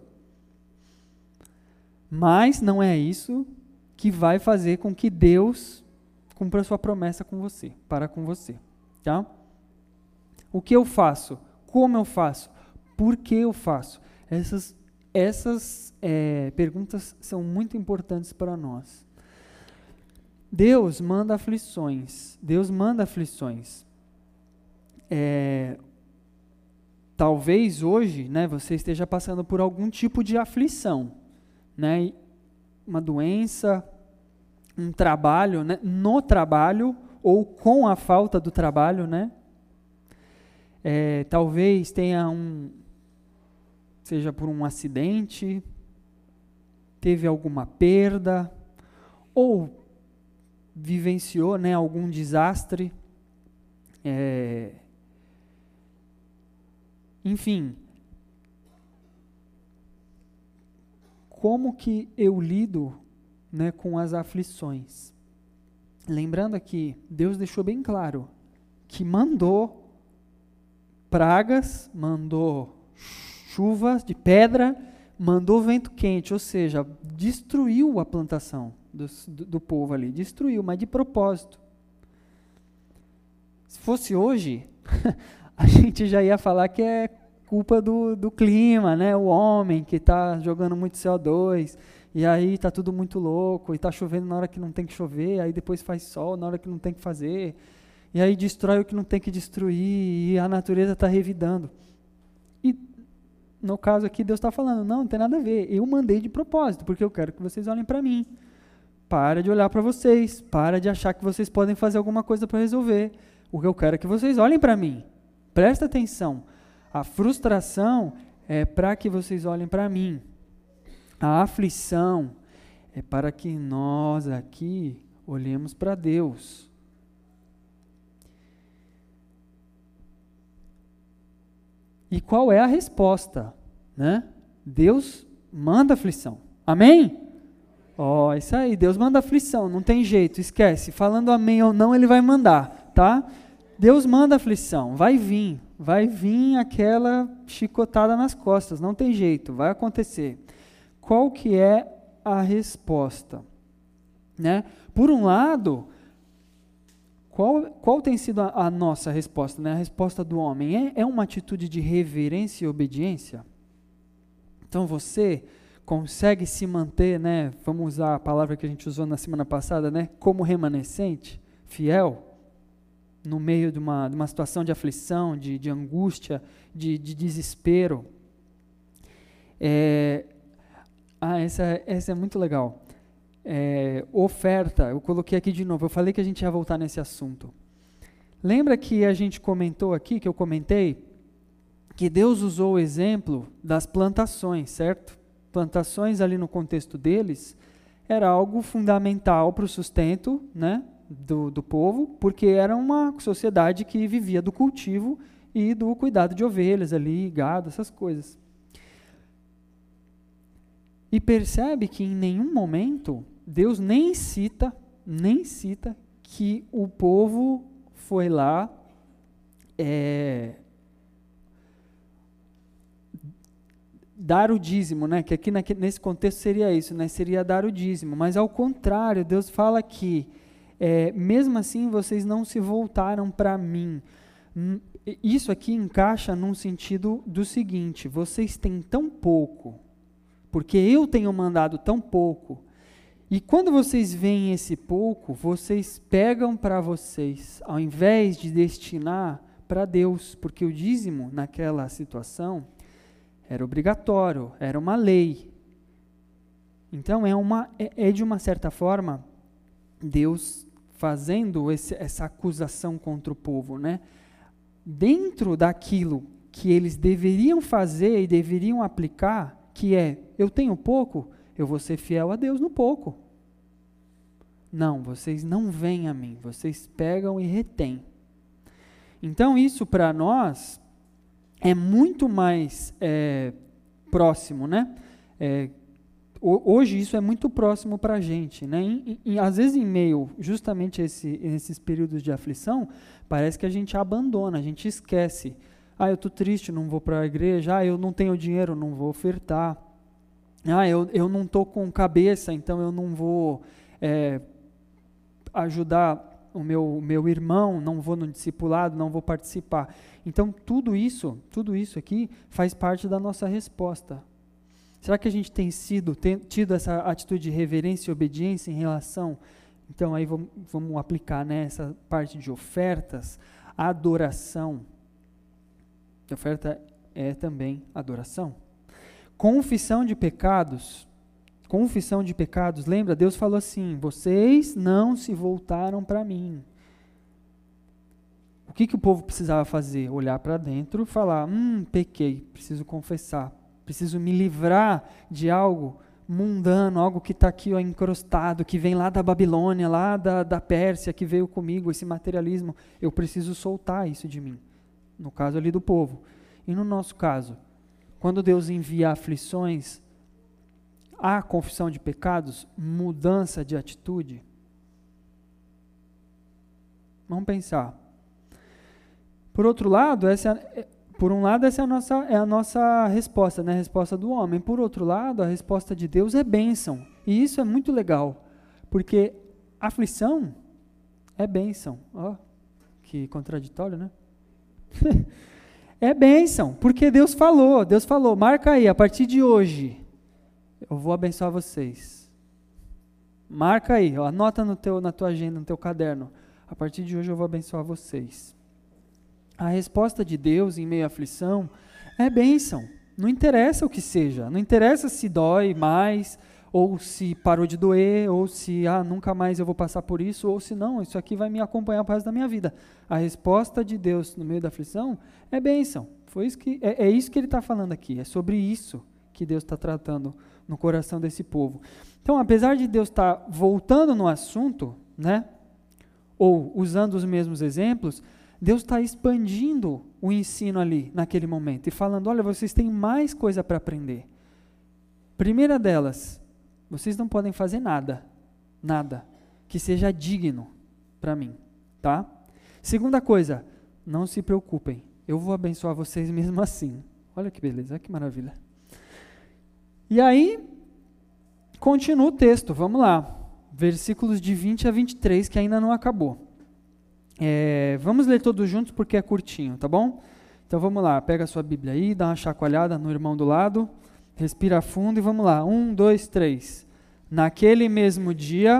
Mas não é isso que vai fazer com que Deus cumpra a sua promessa com você, para com você, tá? O que eu faço? Como eu faço? Por que eu faço? Essas perguntas são muito importantes para nós. Deus manda aflições. Deus manda aflições. Talvez hoje, né, você esteja passando por algum tipo de aflição, né? Uma doença, um trabalho, né? No trabalho ou com a falta do trabalho, né? Talvez tenha seja por um acidente, teve alguma perda, ou vivenciou, né, algum desastre. Enfim, como que eu lido, né, com as aflições? Lembrando aqui, Deus deixou bem claro que mandou pragas, mandou chuvas de pedra, mandou vento quente, ou seja, destruiu a plantação do povo ali, destruiu, mas de propósito. Se fosse hoje, a gente já ia falar que é culpa do clima, né? O homem que está jogando muito CO2, e aí está tudo muito louco, e está chovendo na hora que não tem que chover, aí depois faz sol na hora que não tem que fazer, e aí destrói o que não tem que destruir, e a natureza está revidando. E no caso aqui, Deus está falando, não tem nada a ver, eu mandei de propósito, porque eu quero que vocês olhem para mim. Para de olhar para vocês, para de achar que vocês podem fazer alguma coisa para resolver. O que eu quero é que vocês olhem para mim. Presta atenção. A frustração é para que vocês olhem para mim. A aflição é para que nós aqui olhemos para Deus. E qual é a resposta? Né? Deus manda aflição. Amém? Isso aí, Deus manda aflição, não tem jeito, esquece. Falando amém ou não, Ele vai mandar, tá? Deus manda aflição, vai vir aquela chicotada nas costas, não tem jeito, vai acontecer. Qual que é a resposta? Né? Por um lado, qual tem sido a nossa resposta? Né? A resposta do homem é uma atitude de reverência e obediência? Então você consegue se manter, né? Vamos usar a palavra que a gente usou na semana passada, né? Como remanescente, fiel, no meio de uma situação de aflição, de angústia, de desespero. Essa é muito legal. Oferta, eu coloquei aqui de novo, eu falei que a gente ia voltar nesse assunto. Lembra que a gente comentou aqui, que eu comentei, que Deus usou o exemplo das plantações, certo? Plantações ali no contexto deles era algo fundamental para o sustento, né, do povo, porque era uma sociedade que vivia do cultivo e do cuidado de ovelhas ali, gado, essas coisas. E percebe que em nenhum momento Deus nem cita que o povo foi lá dar o dízimo, né? Que aqui nesse contexto seria isso, né? Seria dar o dízimo, mas ao contrário, Deus fala que mesmo assim vocês não se voltaram para mim. Isso aqui encaixa num sentido do seguinte: vocês têm tão pouco, porque eu tenho mandado tão pouco, e quando vocês veem esse pouco, vocês pegam para vocês, ao invés de destinar para Deus, porque o dízimo naquela situação era obrigatório, era uma lei. Então de uma certa forma Deus fazendo essa acusação contra o povo, né? Dentro daquilo que eles deveriam fazer e deveriam aplicar, que eu tenho pouco, eu vou ser fiel a Deus no pouco. Não, vocês não vêm a mim, vocês pegam e retêm. Então isso para nós é muito mais próximo, né? Hoje isso é muito próximo para a gente, né? Às vezes em meio justamente esses períodos de aflição, parece que a gente abandona, a gente esquece. Eu estou triste, não vou para a igreja. Eu não tenho dinheiro, não vou ofertar. Eu não estou com cabeça, então eu não vou ajudar o meu irmão, não vou no discipulado, não vou participar. Então tudo isso aqui faz parte da nossa resposta. Será que a gente tem tido essa atitude de reverência e obediência em relação? Então aí vamos aplicar, né, essa parte de ofertas, adoração. A oferta é também adoração. Confissão de pecados, lembra? Deus falou assim: vocês não se voltaram para mim. O que o povo precisava fazer? Olhar para dentro e falar: pequei, preciso confessar, preciso me livrar de algo mundano, algo que está aqui encrostado, que vem lá da Babilônia, lá da Pérsia, que veio comigo, esse materialismo. Eu preciso soltar isso de mim. No caso ali do povo. E no nosso caso, quando Deus envia aflições, há confissão de pecados, mudança de atitude? Vamos pensar. Por outro lado, por um lado, essa é a nossa resposta, né? A resposta do homem. Por outro lado, a resposta de Deus é bênção. E isso é muito legal, porque aflição é bênção. Ó, que contraditório, né? É bênção, porque Deus falou, marca aí, a partir de hoje, eu vou abençoar vocês. Marca aí, ó, anota na tua agenda, no teu caderno, a partir de hoje eu vou abençoar vocês. A resposta de Deus em meio à aflição é bênção, não interessa o que seja, não interessa se dói mais, ou se parou de doer, ou se nunca mais eu vou passar por isso, ou se não, isso aqui vai me acompanhar para o resto da minha vida. A resposta de Deus no meio da aflição é bênção. É isso que ele está falando aqui, é sobre isso que Deus está tratando no coração desse povo. Então, apesar de Deus estar voltando no assunto, né, ou usando os mesmos exemplos, Deus está expandindo o ensino ali, naquele momento, e falando, olha, vocês têm mais coisa para aprender. Primeira delas, vocês não podem fazer nada que seja digno para mim, tá? Segunda coisa, não se preocupem, eu vou abençoar vocês mesmo assim. Olha que beleza, olha que maravilha. E aí, continua o texto, vamos lá, versículos de 20 a 23, que ainda não acabou. Vamos ler todos juntos porque é curtinho, tá bom? Então vamos lá, pega a sua Bíblia aí, dá uma chacoalhada no irmão do lado, respira fundo e vamos lá. 1, 2, 3. Naquele mesmo dia,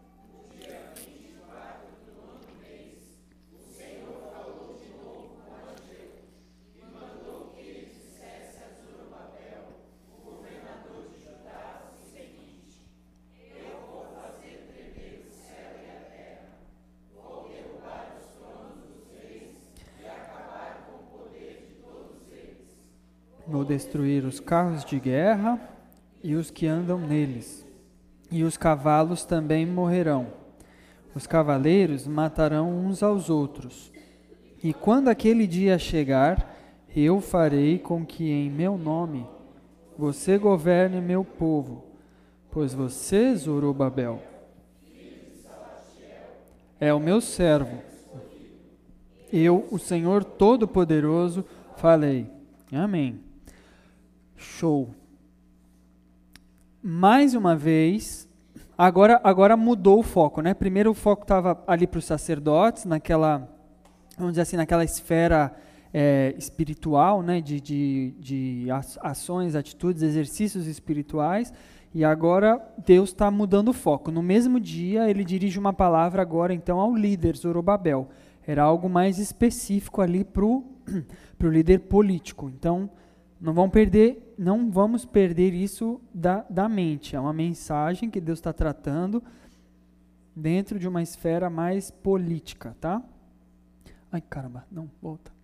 vou destruir os carros de guerra e os que andam neles, e os cavalos também morrerão. Os cavaleiros matarão uns aos outros. E quando aquele dia chegar, eu farei com que em meu nome você governe meu povo, pois você, Zorobabel, é o meu servo. Eu, o Senhor Todo-Poderoso, falei. Amém. Show. Mais uma vez, agora mudou o foco, né? Primeiro o foco estava ali para os sacerdotes, naquela, vamos dizer assim, naquela esfera espiritual, né? De ações, atitudes, exercícios espirituais, e agora Deus está mudando o foco. No mesmo dia, ele dirige uma palavra agora então ao líder Zorobabel. Era algo mais específico ali para o líder político. Então, não vamos perder isso da mente. É uma mensagem que Deus está tratando dentro de uma esfera mais política, tá? Ai, caramba, não, volta.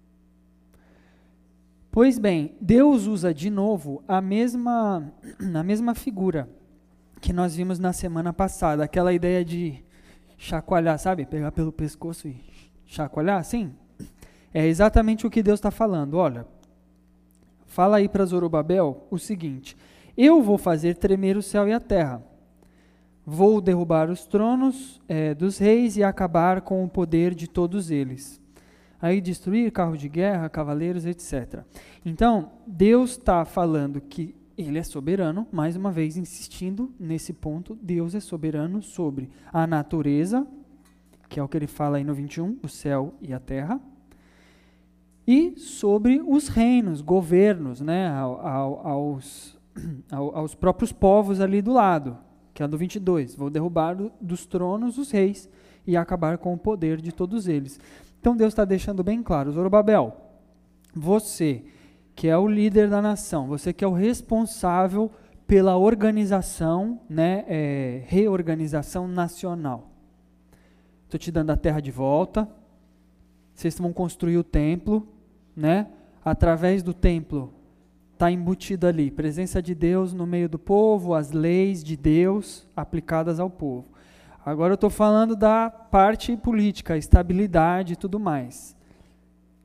Pois bem, Deus usa de novo a mesma figura que nós vimos na semana passada, aquela ideia de chacoalhar, sabe? Pegar pelo pescoço e chacoalhar, assim. É exatamente o que Deus está falando. Olha, fala aí para Zorobabel o seguinte: eu vou fazer tremer o céu e a terra. Vou derrubar os tronos dos reis e acabar com o poder de todos eles. Aí destruir carros de guerra, cavaleiros, etc. Então, Deus está falando que Ele é soberano, mais uma vez insistindo nesse ponto, Deus é soberano sobre a natureza, que é o que ele fala aí no 21, o céu e a terra, e sobre os reinos, governos, né, aos próprios povos ali do lado, que é do 22, vou derrubar dos tronos os reis e acabar com o poder de todos eles. Então Deus está deixando bem claro, Zorobabel, você que é o líder da nação, você que é o responsável pela organização, né, reorganização nacional. Estou te dando a terra de volta, vocês vão construir o templo, né? Através do templo está embutido ali, presença de Deus no meio do povo, as leis de Deus aplicadas ao povo. Agora eu estou falando da parte política, estabilidade e tudo mais.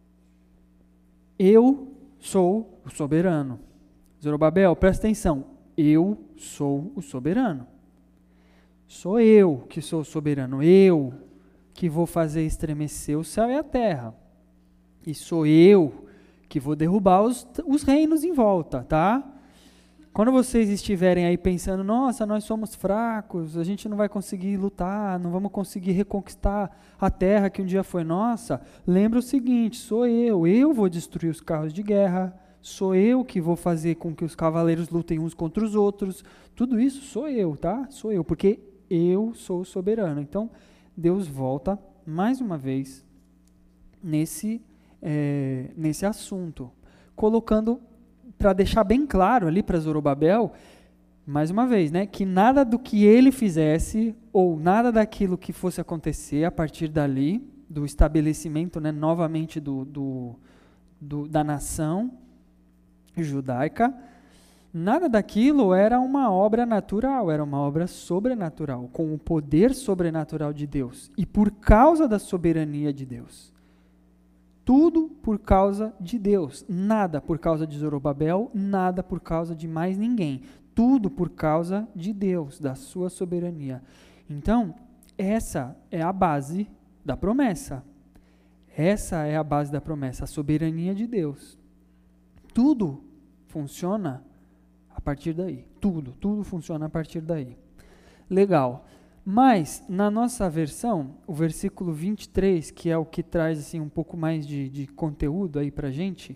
Eu sou o soberano. Zorobabel, presta atenção, eu sou o soberano. Sou eu que sou o soberano, eu que vou fazer estremecer o céu e a terra. E sou eu que vou derrubar os reinos em volta, tá? Quando vocês estiverem aí pensando, nossa, nós somos fracos, a gente não vai conseguir lutar, não vamos conseguir reconquistar a terra que um dia foi nossa, lembra o seguinte, sou eu vou destruir os carros de guerra, sou eu que vou fazer com que os cavaleiros lutem uns contra os outros, tudo isso sou eu, tá? Sou eu, porque eu sou o soberano. Então, Deus volta mais uma vez nesse assunto, colocando, para deixar bem claro ali para Zorobabel, mais uma vez, né, que nada do que ele fizesse, ou nada daquilo que fosse acontecer a partir dali, do estabelecimento, né, novamente da nação judaica, nada daquilo era uma obra natural, era uma obra sobrenatural, com o poder sobrenatural de Deus, e por causa da soberania de Deus. Tudo por causa de Deus, nada por causa de Zorobabel, nada por causa de mais ninguém, tudo por causa de Deus, da sua soberania. Então, essa é a base da promessa, essa é a base da promessa, a soberania de Deus. Tudo funciona a partir daí, tudo funciona a partir daí. Legal. Mas, na nossa versão, o versículo 23, que é o que traz assim, um pouco mais de conteúdo aí para a gente,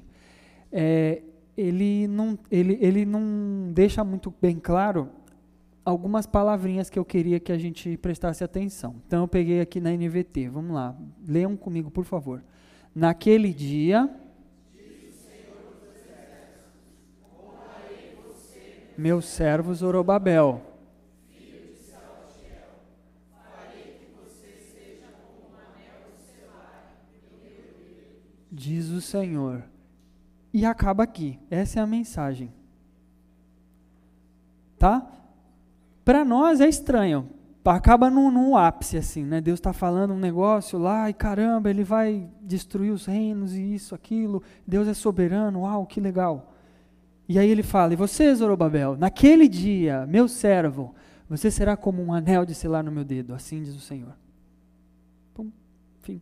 ele não deixa muito bem claro algumas palavrinhas que eu queria que a gente prestasse atenção. Então, eu peguei aqui na NVT, vamos lá, leiam comigo, por favor. Naquele dia, meu servo Zorobabel, diz o Senhor. E acaba aqui. Essa é a mensagem. Tá? Para nós é estranho. Acaba no ápice, assim, né? Deus está falando um negócio lá e caramba, ele vai destruir os reinos e isso, aquilo. Deus é soberano, uau, que legal. E aí ele fala, e você, Zorobabel, naquele dia, meu servo, você será como um anel de selar no meu dedo, assim diz o Senhor. Pum, fim.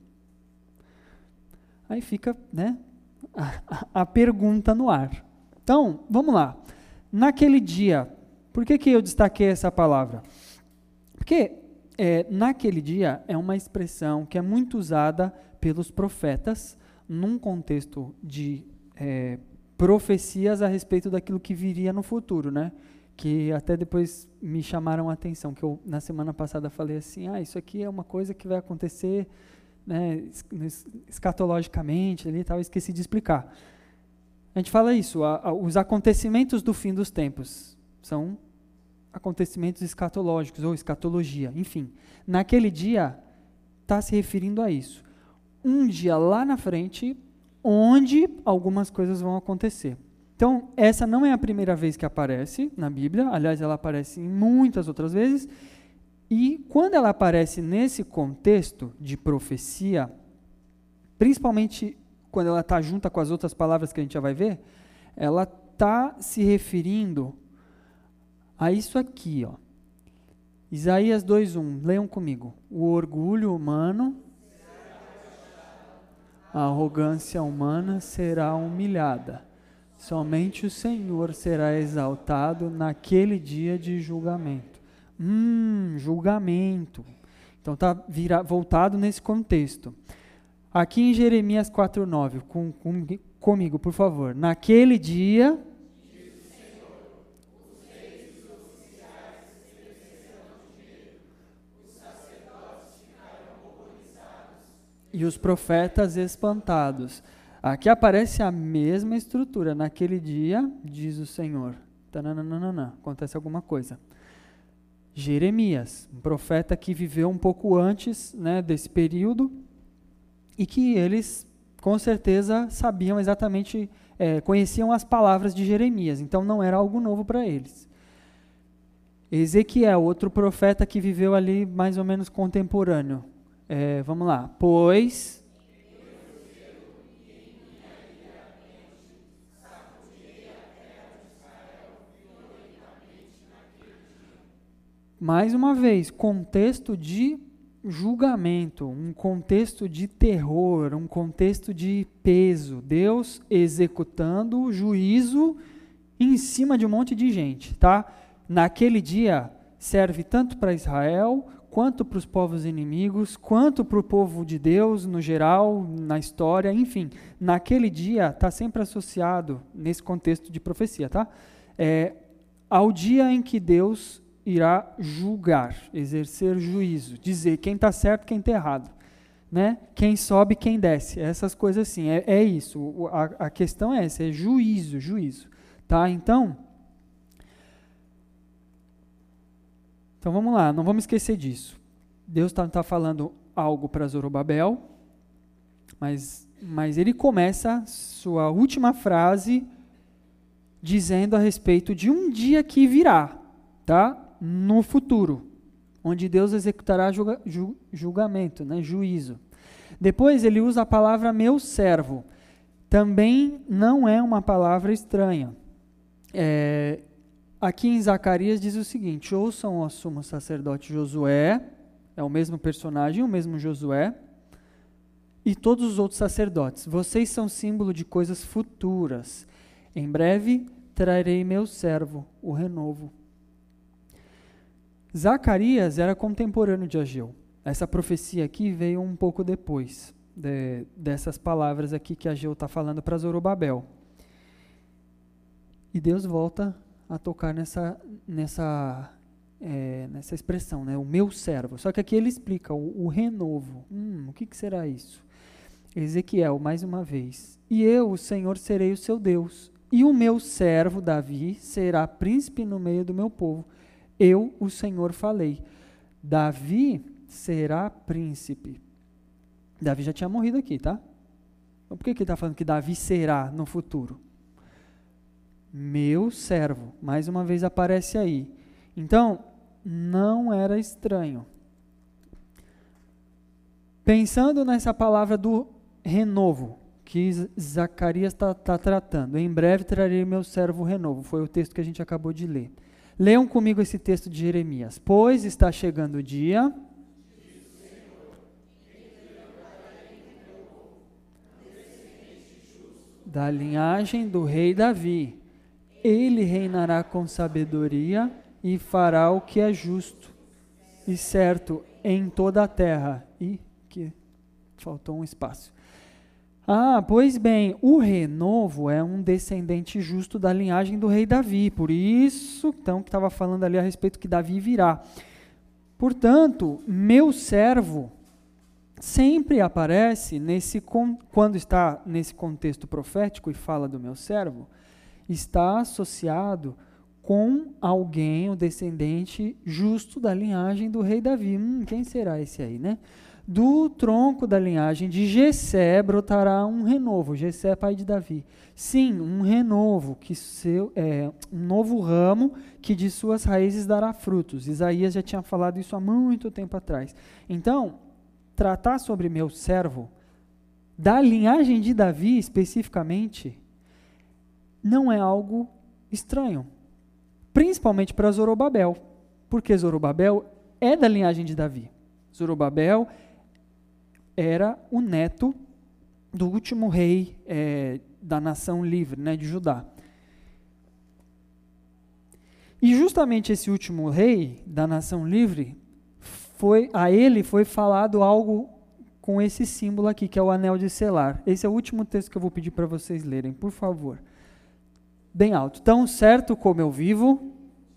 Aí fica, né, a pergunta no ar. Então, vamos lá. Naquele dia, por que eu destaquei essa palavra? Porque naquele dia é uma expressão que é muito usada pelos profetas num contexto de profecias a respeito daquilo que viria no futuro, né? Que até depois me chamaram a atenção, que eu na semana passada falei assim, isso aqui é uma coisa que vai acontecer, né, escatologicamente ali e tal, esqueci de explicar. A gente fala isso, os acontecimentos do fim dos tempos são acontecimentos escatológicos ou escatologia, enfim. Naquele dia está se referindo a isso. Um dia lá na frente, onde algumas coisas vão acontecer. Então, essa não é a primeira vez que aparece na Bíblia, aliás, ela aparece em muitas outras vezes, e quando ela aparece nesse contexto de profecia, principalmente quando ela está junta com as outras palavras que a gente já vai ver, ela está se referindo a isso aqui, ó. Isaías 2:1, leiam comigo. O orgulho humano, a arrogância humana será humilhada. Somente o Senhor será exaltado naquele dia de julgamento. Julgamento. Então está voltado nesse contexto. Aqui em Jeremias 4:9, comigo, por favor. Naquele dia, diz o Senhor, os reis e os oficiais estremecerão de medo, os sacerdotes ficarão horrorizados e os profetas espantados. Aqui aparece a mesma estrutura. Naquele dia, diz o Senhor. Acontece alguma coisa. Jeremias, um profeta que viveu um pouco antes, né, desse período, e que eles, com certeza, sabiam exatamente, conheciam as palavras de Jeremias, então não era algo novo para eles. Ezequiel, outro profeta que viveu ali mais ou menos contemporâneo. Vamos lá. Pois mais uma vez, contexto de julgamento, um contexto de terror, um contexto de peso. Deus executando o juízo em cima de um monte de gente, tá? Naquele dia serve tanto para Israel, quanto para os povos inimigos, quanto para o povo de Deus no geral, na história, enfim. Naquele dia está sempre associado, nesse contexto de profecia, tá? Ao dia em que Deus irá julgar, exercer juízo, dizer quem está certo, quem está errado, né? Quem sobe, quem desce, essas coisas assim, é isso, a questão é essa, é juízo, tá? Então vamos lá, não vamos esquecer disso. Deus está falando algo para Zorobabel, mas ele começa sua última frase dizendo a respeito de um dia que virá, tá? No futuro, onde Deus executará julgamento, né? Juízo. Depois ele usa a palavra meu servo. Também não é uma palavra estranha. Aqui em Zacarias diz o seguinte: ouçam o sumo sacerdote Josué, é o mesmo personagem, o mesmo Josué, e todos os outros sacerdotes. Vocês são símbolo de coisas futuras. Em breve trarei meu servo, o renovo. Zacarias era contemporâneo de Ageu. Essa profecia aqui veio um pouco depois dessas palavras aqui que Ageu está falando para Zorobabel. E Deus volta a tocar nessa expressão, né? O meu servo. Só que aqui ele explica o renovo. O que será isso? Ezequiel, mais uma vez. E eu, o Senhor, serei o seu Deus. E o meu servo, Davi, será príncipe no meio do meu povo. Eu, o Senhor, falei. Davi será príncipe. Davi já tinha morrido aqui, tá? Então, por que ele está falando que Davi será no futuro? Meu servo. Mais uma vez aparece aí. Então, não era estranho. Pensando nessa palavra do renovo, que Zacarias está tratando. Em breve trarei meu servo renovo. Foi o texto que a gente acabou de ler. Leiam comigo esse texto de Jeremias. Pois está chegando o dia... da linhagem do rei Davi. Ele reinará com sabedoria e fará o que é justo e certo em toda a terra. E que faltou um espaço. Pois bem, o renovo é um descendente justo da linhagem do rei Davi, por isso, então, que estava falando ali a respeito que Davi virá. Portanto, meu servo sempre aparece, quando está nesse contexto profético e fala do meu servo, está associado com alguém, o descendente justo da linhagem do rei Davi. Quem será esse aí, né? Do tronco da linhagem de Jessé brotará um renovo. Jessé é pai de Davi. Sim, um renovo, um novo ramo que de suas raízes dará frutos. Isaías já tinha falado isso há muito tempo atrás. Então, tratar sobre meu servo, da linhagem de Davi especificamente, não é algo estranho. Principalmente para Zorobabel. Porque Zorobabel é da linhagem de Davi. Zorobabel era o neto do último rei da nação livre, né, de Judá. E justamente esse último rei da nação livre, a ele foi falado algo com esse símbolo aqui, que é o anel de selar. Esse é o último texto que eu vou pedir para vocês lerem, por favor. Bem alto. Tão certo como eu vivo...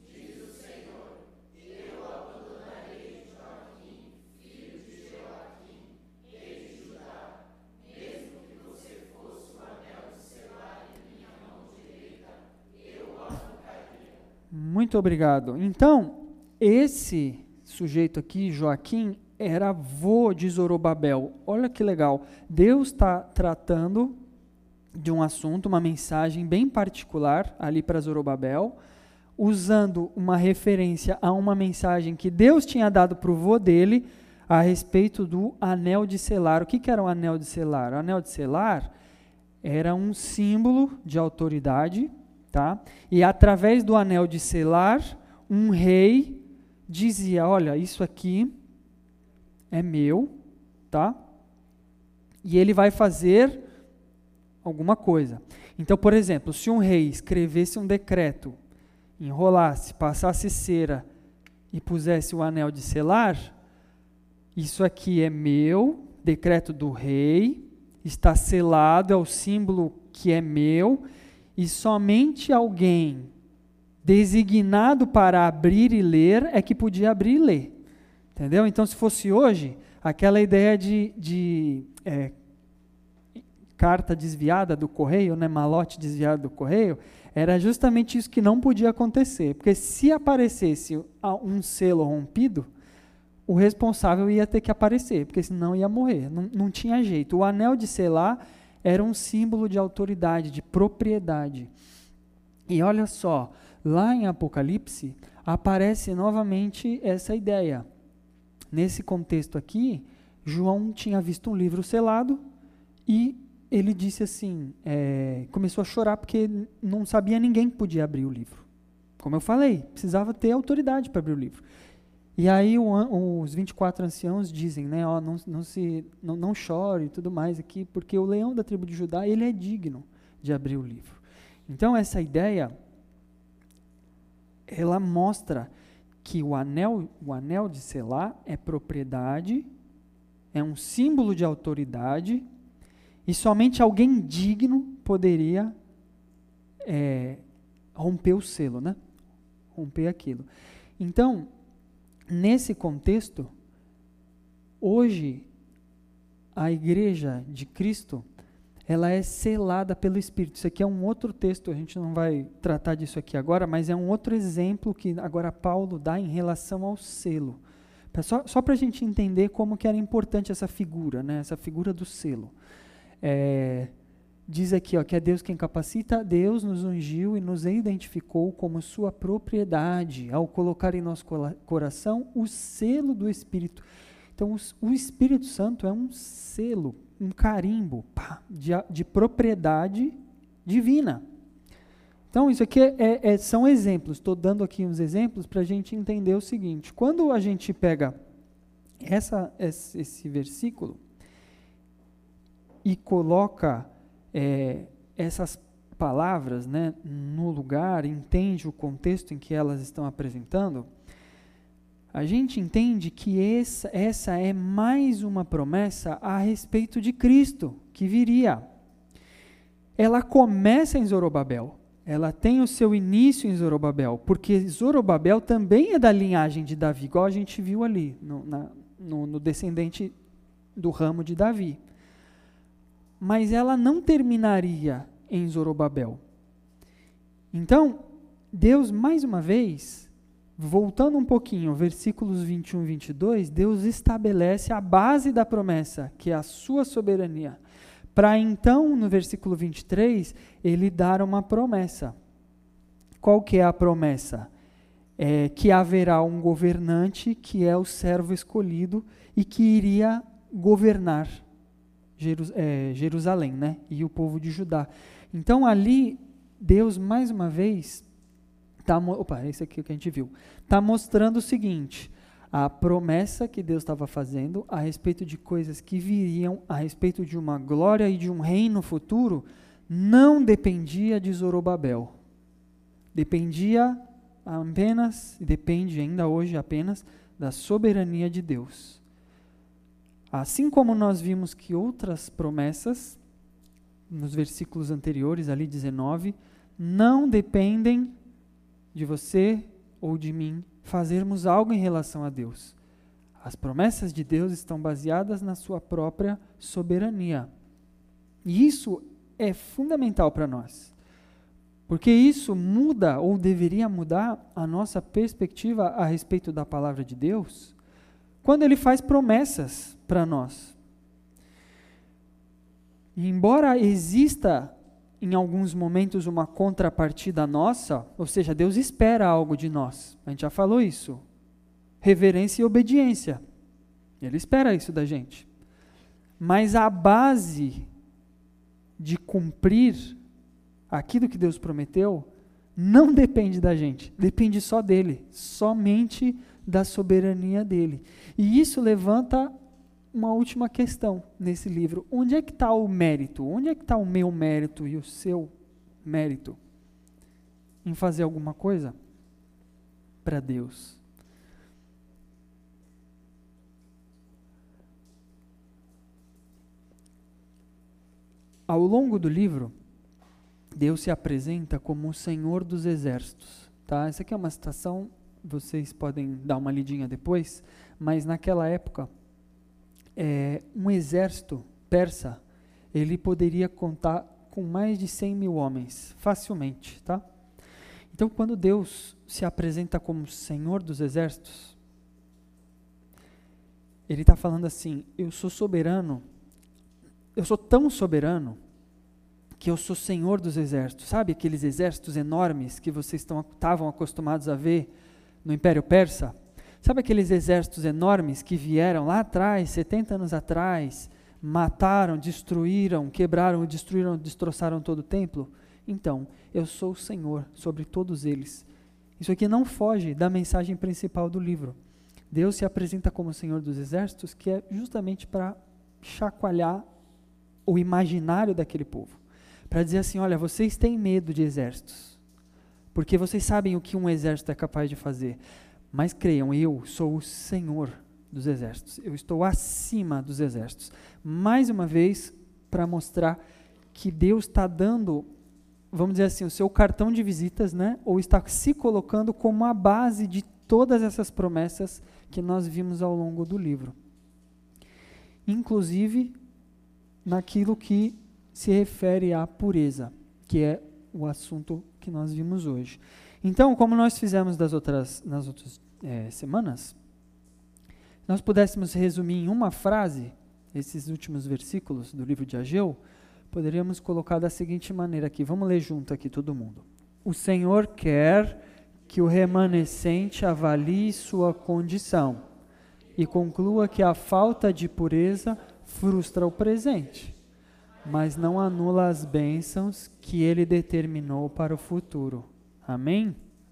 Muito obrigado. Então, esse sujeito aqui, Joaquim, era avô de Zorobabel. Olha que legal. Deus está tratando de um assunto, uma mensagem bem particular ali para Zorobabel, usando uma referência a uma mensagem que Deus tinha dado para o avô dele a respeito do anel de selar. O que era o anel de selar? O anel de selar era um símbolo de autoridade, tá? E através do anel de selar, um rei dizia, olha, isso aqui é meu, tá? E ele vai fazer alguma coisa. Então, por exemplo, se um rei escrevesse um decreto, enrolasse, passasse cera e pusesse o anel de selar, isso aqui é meu, decreto do rei, está selado, é o símbolo que é meu, e somente alguém designado para abrir e ler é que podia abrir e ler. Entendeu? Então, se fosse hoje, aquela ideia de carta desviada do correio, né, malote desviado do correio, era justamente isso que não podia acontecer. Porque se aparecesse um selo rompido, o responsável ia ter que aparecer, porque senão ia morrer. Não tinha jeito. O anel de selar era um símbolo de autoridade, de propriedade. E olha só, lá em Apocalipse, aparece novamente essa ideia. Nesse contexto aqui, João tinha visto um livro selado e ele disse assim, começou a chorar porque não sabia ninguém que podia abrir o livro. Como eu falei, precisava ter autoridade para abrir o livro. E aí os 24 anciãos dizem, né, não chore e tudo mais aqui, porque o leão da tribo de Judá, ele é digno de abrir o livro. Então essa ideia, ela mostra que o anel de selar é propriedade, é um símbolo de autoridade, e somente alguém digno poderia romper o selo, né? Romper aquilo. Então, nesse contexto, hoje, a igreja de Cristo, ela é selada pelo Espírito. Isso aqui é um outro texto, a gente não vai tratar disso aqui agora, mas é um outro exemplo que agora Paulo dá em relação ao selo. Só para a gente entender como que era importante essa figura, né? Essa figura do selo. Diz aqui, ó, que é Deus quem capacita, Deus nos ungiu e nos identificou como sua propriedade, ao colocar em nosso coração o selo do Espírito. Então, o Espírito Santo é um selo, um carimbo de propriedade divina. Então, isso aqui são exemplos. Estou dando aqui uns exemplos para a gente entender o seguinte. Quando a gente pega esse versículo e coloca essas palavras, né, no lugar, entende o contexto em que elas estão apresentando, a gente entende que essa é mais uma promessa a respeito de Cristo, que viria. Ela começa em Zorobabel, ela tem o seu início em Zorobabel, porque Zorobabel também é da linhagem de Davi, igual a gente viu ali, no descendente do ramo de Davi. Mas ela não terminaria em Zorobabel. Então, Deus, mais uma vez, voltando um pouquinho, versículos 21 e 22, Deus estabelece a base da promessa, que é a sua soberania. Para então, no versículo 23, ele dar uma promessa. Qual que é a promessa? Que haverá um governante que é o servo escolhido e que iria governar Jerusalém, né? E o povo de Judá. Então ali, Deus mais uma vez, esse aqui que a gente viu, está mostrando o seguinte, a promessa que Deus estava fazendo a respeito de coisas que viriam, a respeito de uma glória e de um reino futuro, não dependia de Zorobabel. Dependia apenas, e depende ainda hoje apenas, da soberania de Deus. Assim como nós vimos que outras promessas, nos versículos anteriores, ali 19, não dependem de você ou de mim fazermos algo em relação a Deus. As promessas de Deus estão baseadas na sua própria soberania. E isso é fundamental para nós, porque isso muda, ou deveria mudar, a nossa perspectiva a respeito da palavra de Deus, quando Ele faz promessas para nós. E embora exista, em alguns momentos, uma contrapartida nossa, ou seja, Deus espera algo de nós, a gente já falou isso, reverência e obediência, Ele espera isso da gente, mas a base de cumprir aquilo que Deus prometeu, não depende da gente, depende só dEle, somente da soberania dele. E isso levanta uma última questão nesse livro. Onde é que está o mérito? Onde é que está o meu mérito e o seu mérito em fazer alguma coisa para Deus? Ao longo do livro, Deus se apresenta como o Senhor dos Exércitos. Tá? Essa aqui é uma citação, vocês podem dar uma lidinha depois, mas naquela época, um exército persa, ele poderia contar com mais de 100 mil homens, facilmente. Tá? Então, quando Deus se apresenta como Senhor dos Exércitos, Ele está falando assim, eu sou soberano, eu sou tão soberano, que eu sou Senhor dos exércitos. Sabe aqueles exércitos enormes que vocês estavam acostumados a ver no Império Persa? Sabe aqueles exércitos enormes que vieram lá atrás, 70 anos atrás, mataram, destruíram, quebraram, destruíram, destroçaram todo o templo? Então, eu sou o Senhor sobre todos eles. Isso aqui não foge da mensagem principal do livro. Deus se apresenta como o Senhor dos exércitos, que é justamente para chacoalhar o imaginário daquele povo. Para dizer assim, olha, vocês têm medo de exércitos, porque vocês sabem o que um exército é capaz de fazer, mas creiam, eu sou o Senhor dos exércitos, eu estou acima dos exércitos. Mais uma vez, para mostrar que Deus está dando, vamos dizer assim, o seu cartão de visitas, né? Ou está se colocando como a base de todas essas promessas que nós vimos ao longo do livro. Inclusive, naquilo que se refere à pureza, que é o assunto que nós vimos hoje. Então, como nós fizemos nas outras semanas, nós pudéssemos resumir em uma frase esses últimos versículos do livro de Ageu, poderíamos colocar da seguinte maneira aqui, vamos ler junto aqui todo mundo. O Senhor quer que o remanescente avalie sua condição e conclua que a falta de pureza frustra o presente, mas não anula as bênçãos que ele determinou para o futuro. Amém?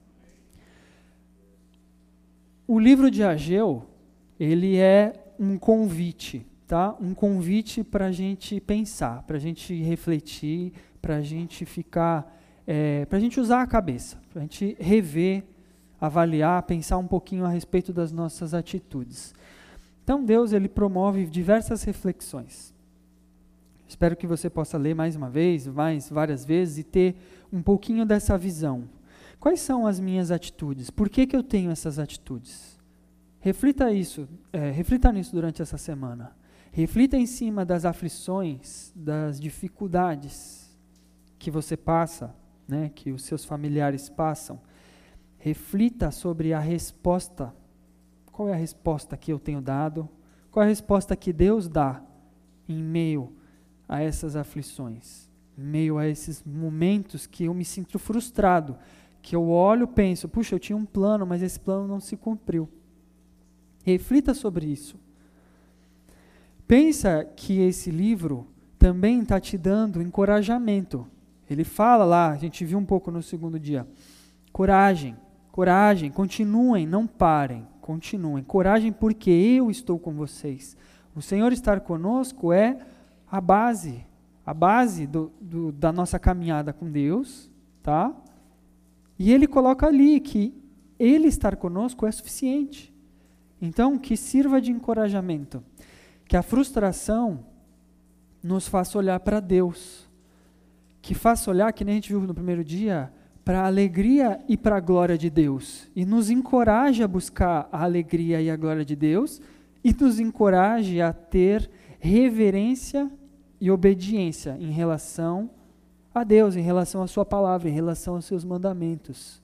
O livro de Ageu, ele é um convite, tá? Um convite para a gente pensar, para a gente refletir, para a gente ficar, para a gente usar a cabeça, para a gente rever, avaliar, pensar um pouquinho a respeito das nossas atitudes. Então Deus, ele promove diversas reflexões. Espero que você possa ler mais uma vez, várias vezes, e ter um pouquinho dessa visão. Quais são as minhas atitudes? Por que eu tenho essas atitudes? Reflita nisso durante essa semana. Reflita em cima das aflições, das dificuldades que você passa, né, que os seus familiares passam. Reflita sobre a resposta. Qual é a resposta que eu tenho dado? Qual é a resposta que Deus dá em meio a essas aflições, em meio a esses momentos que eu me sinto frustrado, que eu olho e penso, puxa, eu tinha um plano, mas esse plano não se cumpriu. Reflita sobre isso. Pensa que esse livro também está te dando encorajamento. Ele fala lá, a gente viu um pouco no segundo dia, coragem, continuem, não parem, continuem. Coragem porque eu estou com vocês. O Senhor estar conosco é a base da nossa caminhada com Deus, tá? E Ele coloca ali que Ele estar conosco é suficiente. Então, que sirva de encorajamento, que a frustração nos faça olhar para Deus, que faça olhar, que nem a gente viu no primeiro dia, para a alegria e para a glória de Deus, e nos encoraje a buscar a alegria e a glória de Deus, e nos encoraje a ter reverência e obediência em relação a Deus, em relação à sua palavra, em relação aos seus mandamentos.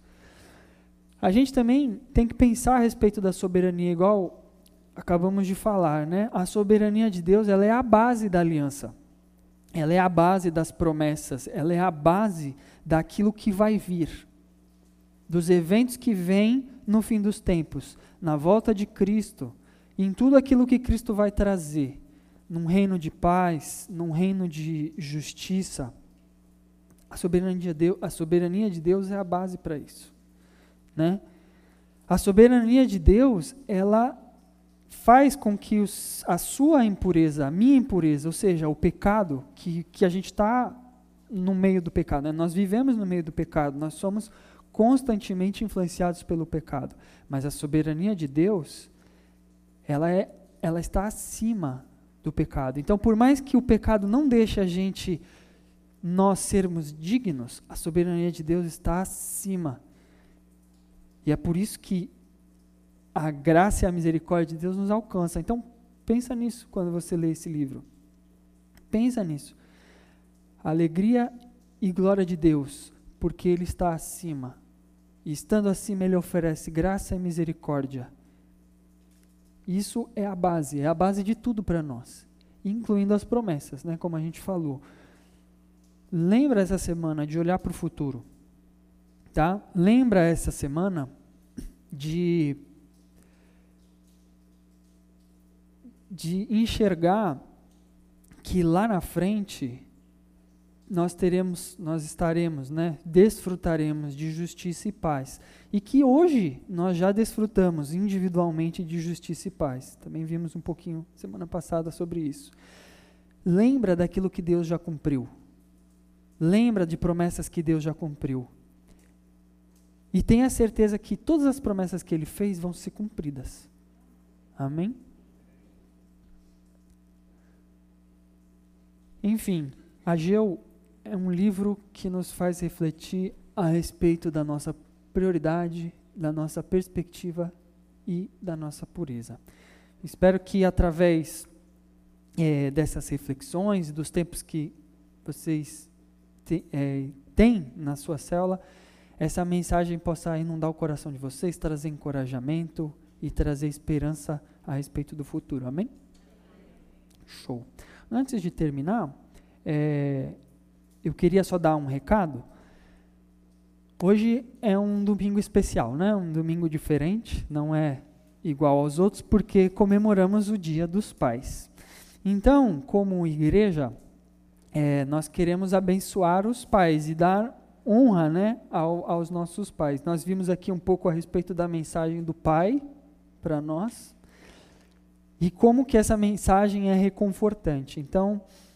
A gente também tem que pensar a respeito da soberania, igual acabamos de falar, né? A soberania de Deus, ela é a base da aliança, ela é a base das promessas, ela é a base daquilo que vai vir, dos eventos que vêm no fim dos tempos, na volta de Cristo, em tudo aquilo que Cristo vai trazer, num reino de paz, num reino de justiça. A soberania de Deus é a base para isso, né? A soberania de Deus, ela faz com que a sua impureza, a minha impureza, ou seja, o pecado, que a gente está no meio do pecado, né? Nós vivemos no meio do pecado, nós somos constantemente influenciados pelo pecado, mas a soberania de Deus, ela está acima do pecado. Então, por mais que o pecado não deixe nós sermos dignos, a soberania de Deus está acima. E é por isso que a graça e a misericórdia de Deus nos alcança. Então, pensa nisso quando você lê esse livro. Pensa nisso. Alegria e glória de Deus, porque Ele está acima. E estando acima, Ele oferece graça e misericórdia. Isso é a base de tudo para nós, incluindo as promessas, né, como a gente falou. Lembra essa semana de olhar para o futuro, tá? Lembra essa semana de enxergar que lá na frente nós estaremos, né, desfrutaremos de justiça e paz. E que hoje nós já desfrutamos individualmente de justiça e paz. Também vimos um pouquinho semana passada sobre isso. Lembra daquilo que Deus já cumpriu. Lembra de promessas que Deus já cumpriu. E tenha certeza que todas as promessas que Ele fez vão ser cumpridas. Amém? Enfim, Ageu é um livro que nos faz refletir a respeito da nossa prioridade, da nossa perspectiva e da nossa pureza. Espero que através dessas reflexões e dos tempos que vocês têm na sua célula, essa mensagem possa inundar o coração de vocês, trazer encorajamento e trazer esperança a respeito do futuro. Amém? Show. Antes de terminar, eu queria só dar um recado. Hoje é um domingo especial, né? Um domingo diferente, não é igual aos outros, porque comemoramos o Dia dos Pais. Então, como igreja, nós queremos abençoar os pais e dar honra, né, aos nossos pais. Nós vimos aqui um pouco a respeito da mensagem do pai para nós e como que essa mensagem é reconfortante. Então,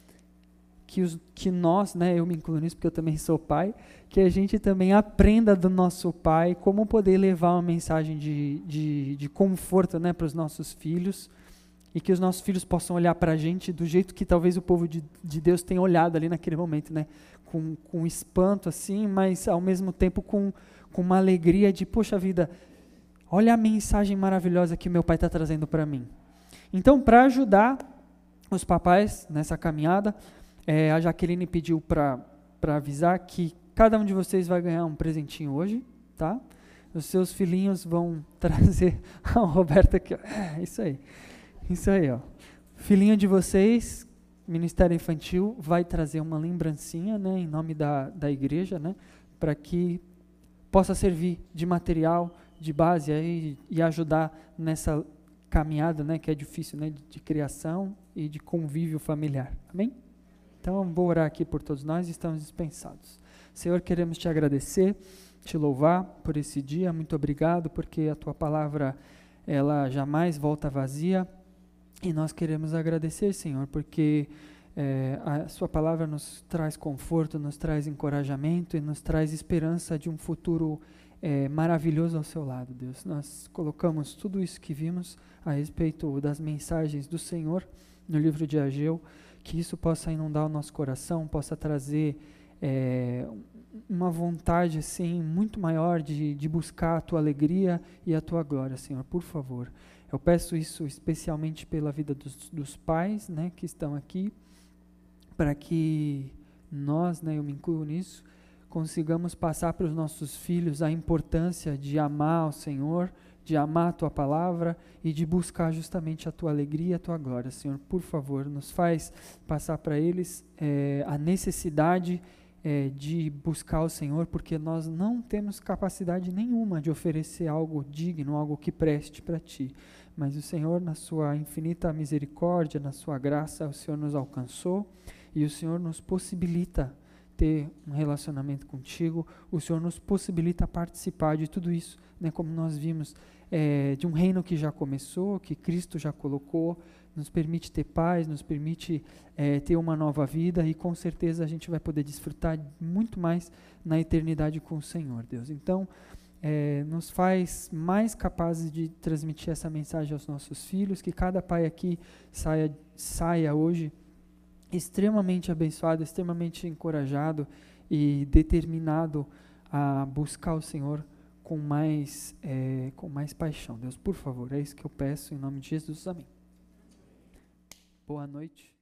que nós, né, eu me incluo nisso porque eu também sou pai, que a gente também aprenda do nosso pai como poder levar uma mensagem de conforto, né, para os nossos filhos, e que os nossos filhos possam olhar para a gente do jeito que talvez o povo de Deus tenha olhado ali naquele momento, né, com espanto assim, mas ao mesmo tempo com uma alegria de, poxa vida, olha a mensagem maravilhosa que meu pai está trazendo para mim. Então, para ajudar os papais nessa caminhada, a Jaqueline pediu para avisar que cada um de vocês vai ganhar um presentinho hoje, tá? Os seus filhinhos vão trazer, o Roberto aqui, ó, isso aí, ó. Filhinho de vocês, Ministério Infantil, vai trazer uma lembrancinha, né, em nome da igreja, né, para que possa servir de material, de base aí, e ajudar nessa caminhada, né, que é difícil, né, de criação e de convívio familiar. Amém? Então, vou orar aqui por todos nós, estamos dispensados. Senhor, queremos te agradecer, te louvar por esse dia, muito obrigado, porque a tua palavra, ela jamais volta vazia, e nós queremos agradecer, Senhor, porque a sua palavra nos traz conforto, nos traz encorajamento e nos traz esperança de um futuro maravilhoso ao seu lado, Deus. Nós colocamos tudo isso que vimos a respeito das mensagens do Senhor no livro de Ageu, que isso possa inundar o nosso coração, possa trazer uma vontade assim, muito maior de buscar a tua alegria e a tua glória, Senhor, por favor. Eu peço isso especialmente pela vida dos pais, né, que estão aqui, para que nós, né, eu me incluo nisso, consigamos passar para os nossos filhos a importância de amar o Senhor, de amar a tua palavra e de buscar justamente a tua alegria e a tua glória, Senhor. Por favor, nos faz passar para eles a necessidade de buscar o Senhor, porque nós não temos capacidade nenhuma de oferecer algo digno, algo que preste para ti. Mas o Senhor, na sua infinita misericórdia, na sua graça, o Senhor nos alcançou e o Senhor nos possibilita ter um relacionamento contigo, o Senhor nos possibilita participar de tudo isso, né, como nós vimos, de um reino que já começou, que Cristo já colocou, nos permite ter paz, nos permite ter uma nova vida, e com certeza a gente vai poder desfrutar muito mais na eternidade com o Senhor, Deus. Então, nos faz mais capazes de transmitir essa mensagem aos nossos filhos, que cada pai aqui saia hoje extremamente abençoado, extremamente encorajado e determinado a buscar o Senhor com mais paixão. Deus, por favor, é isso que eu peço em nome de Jesus, amém. Boa noite.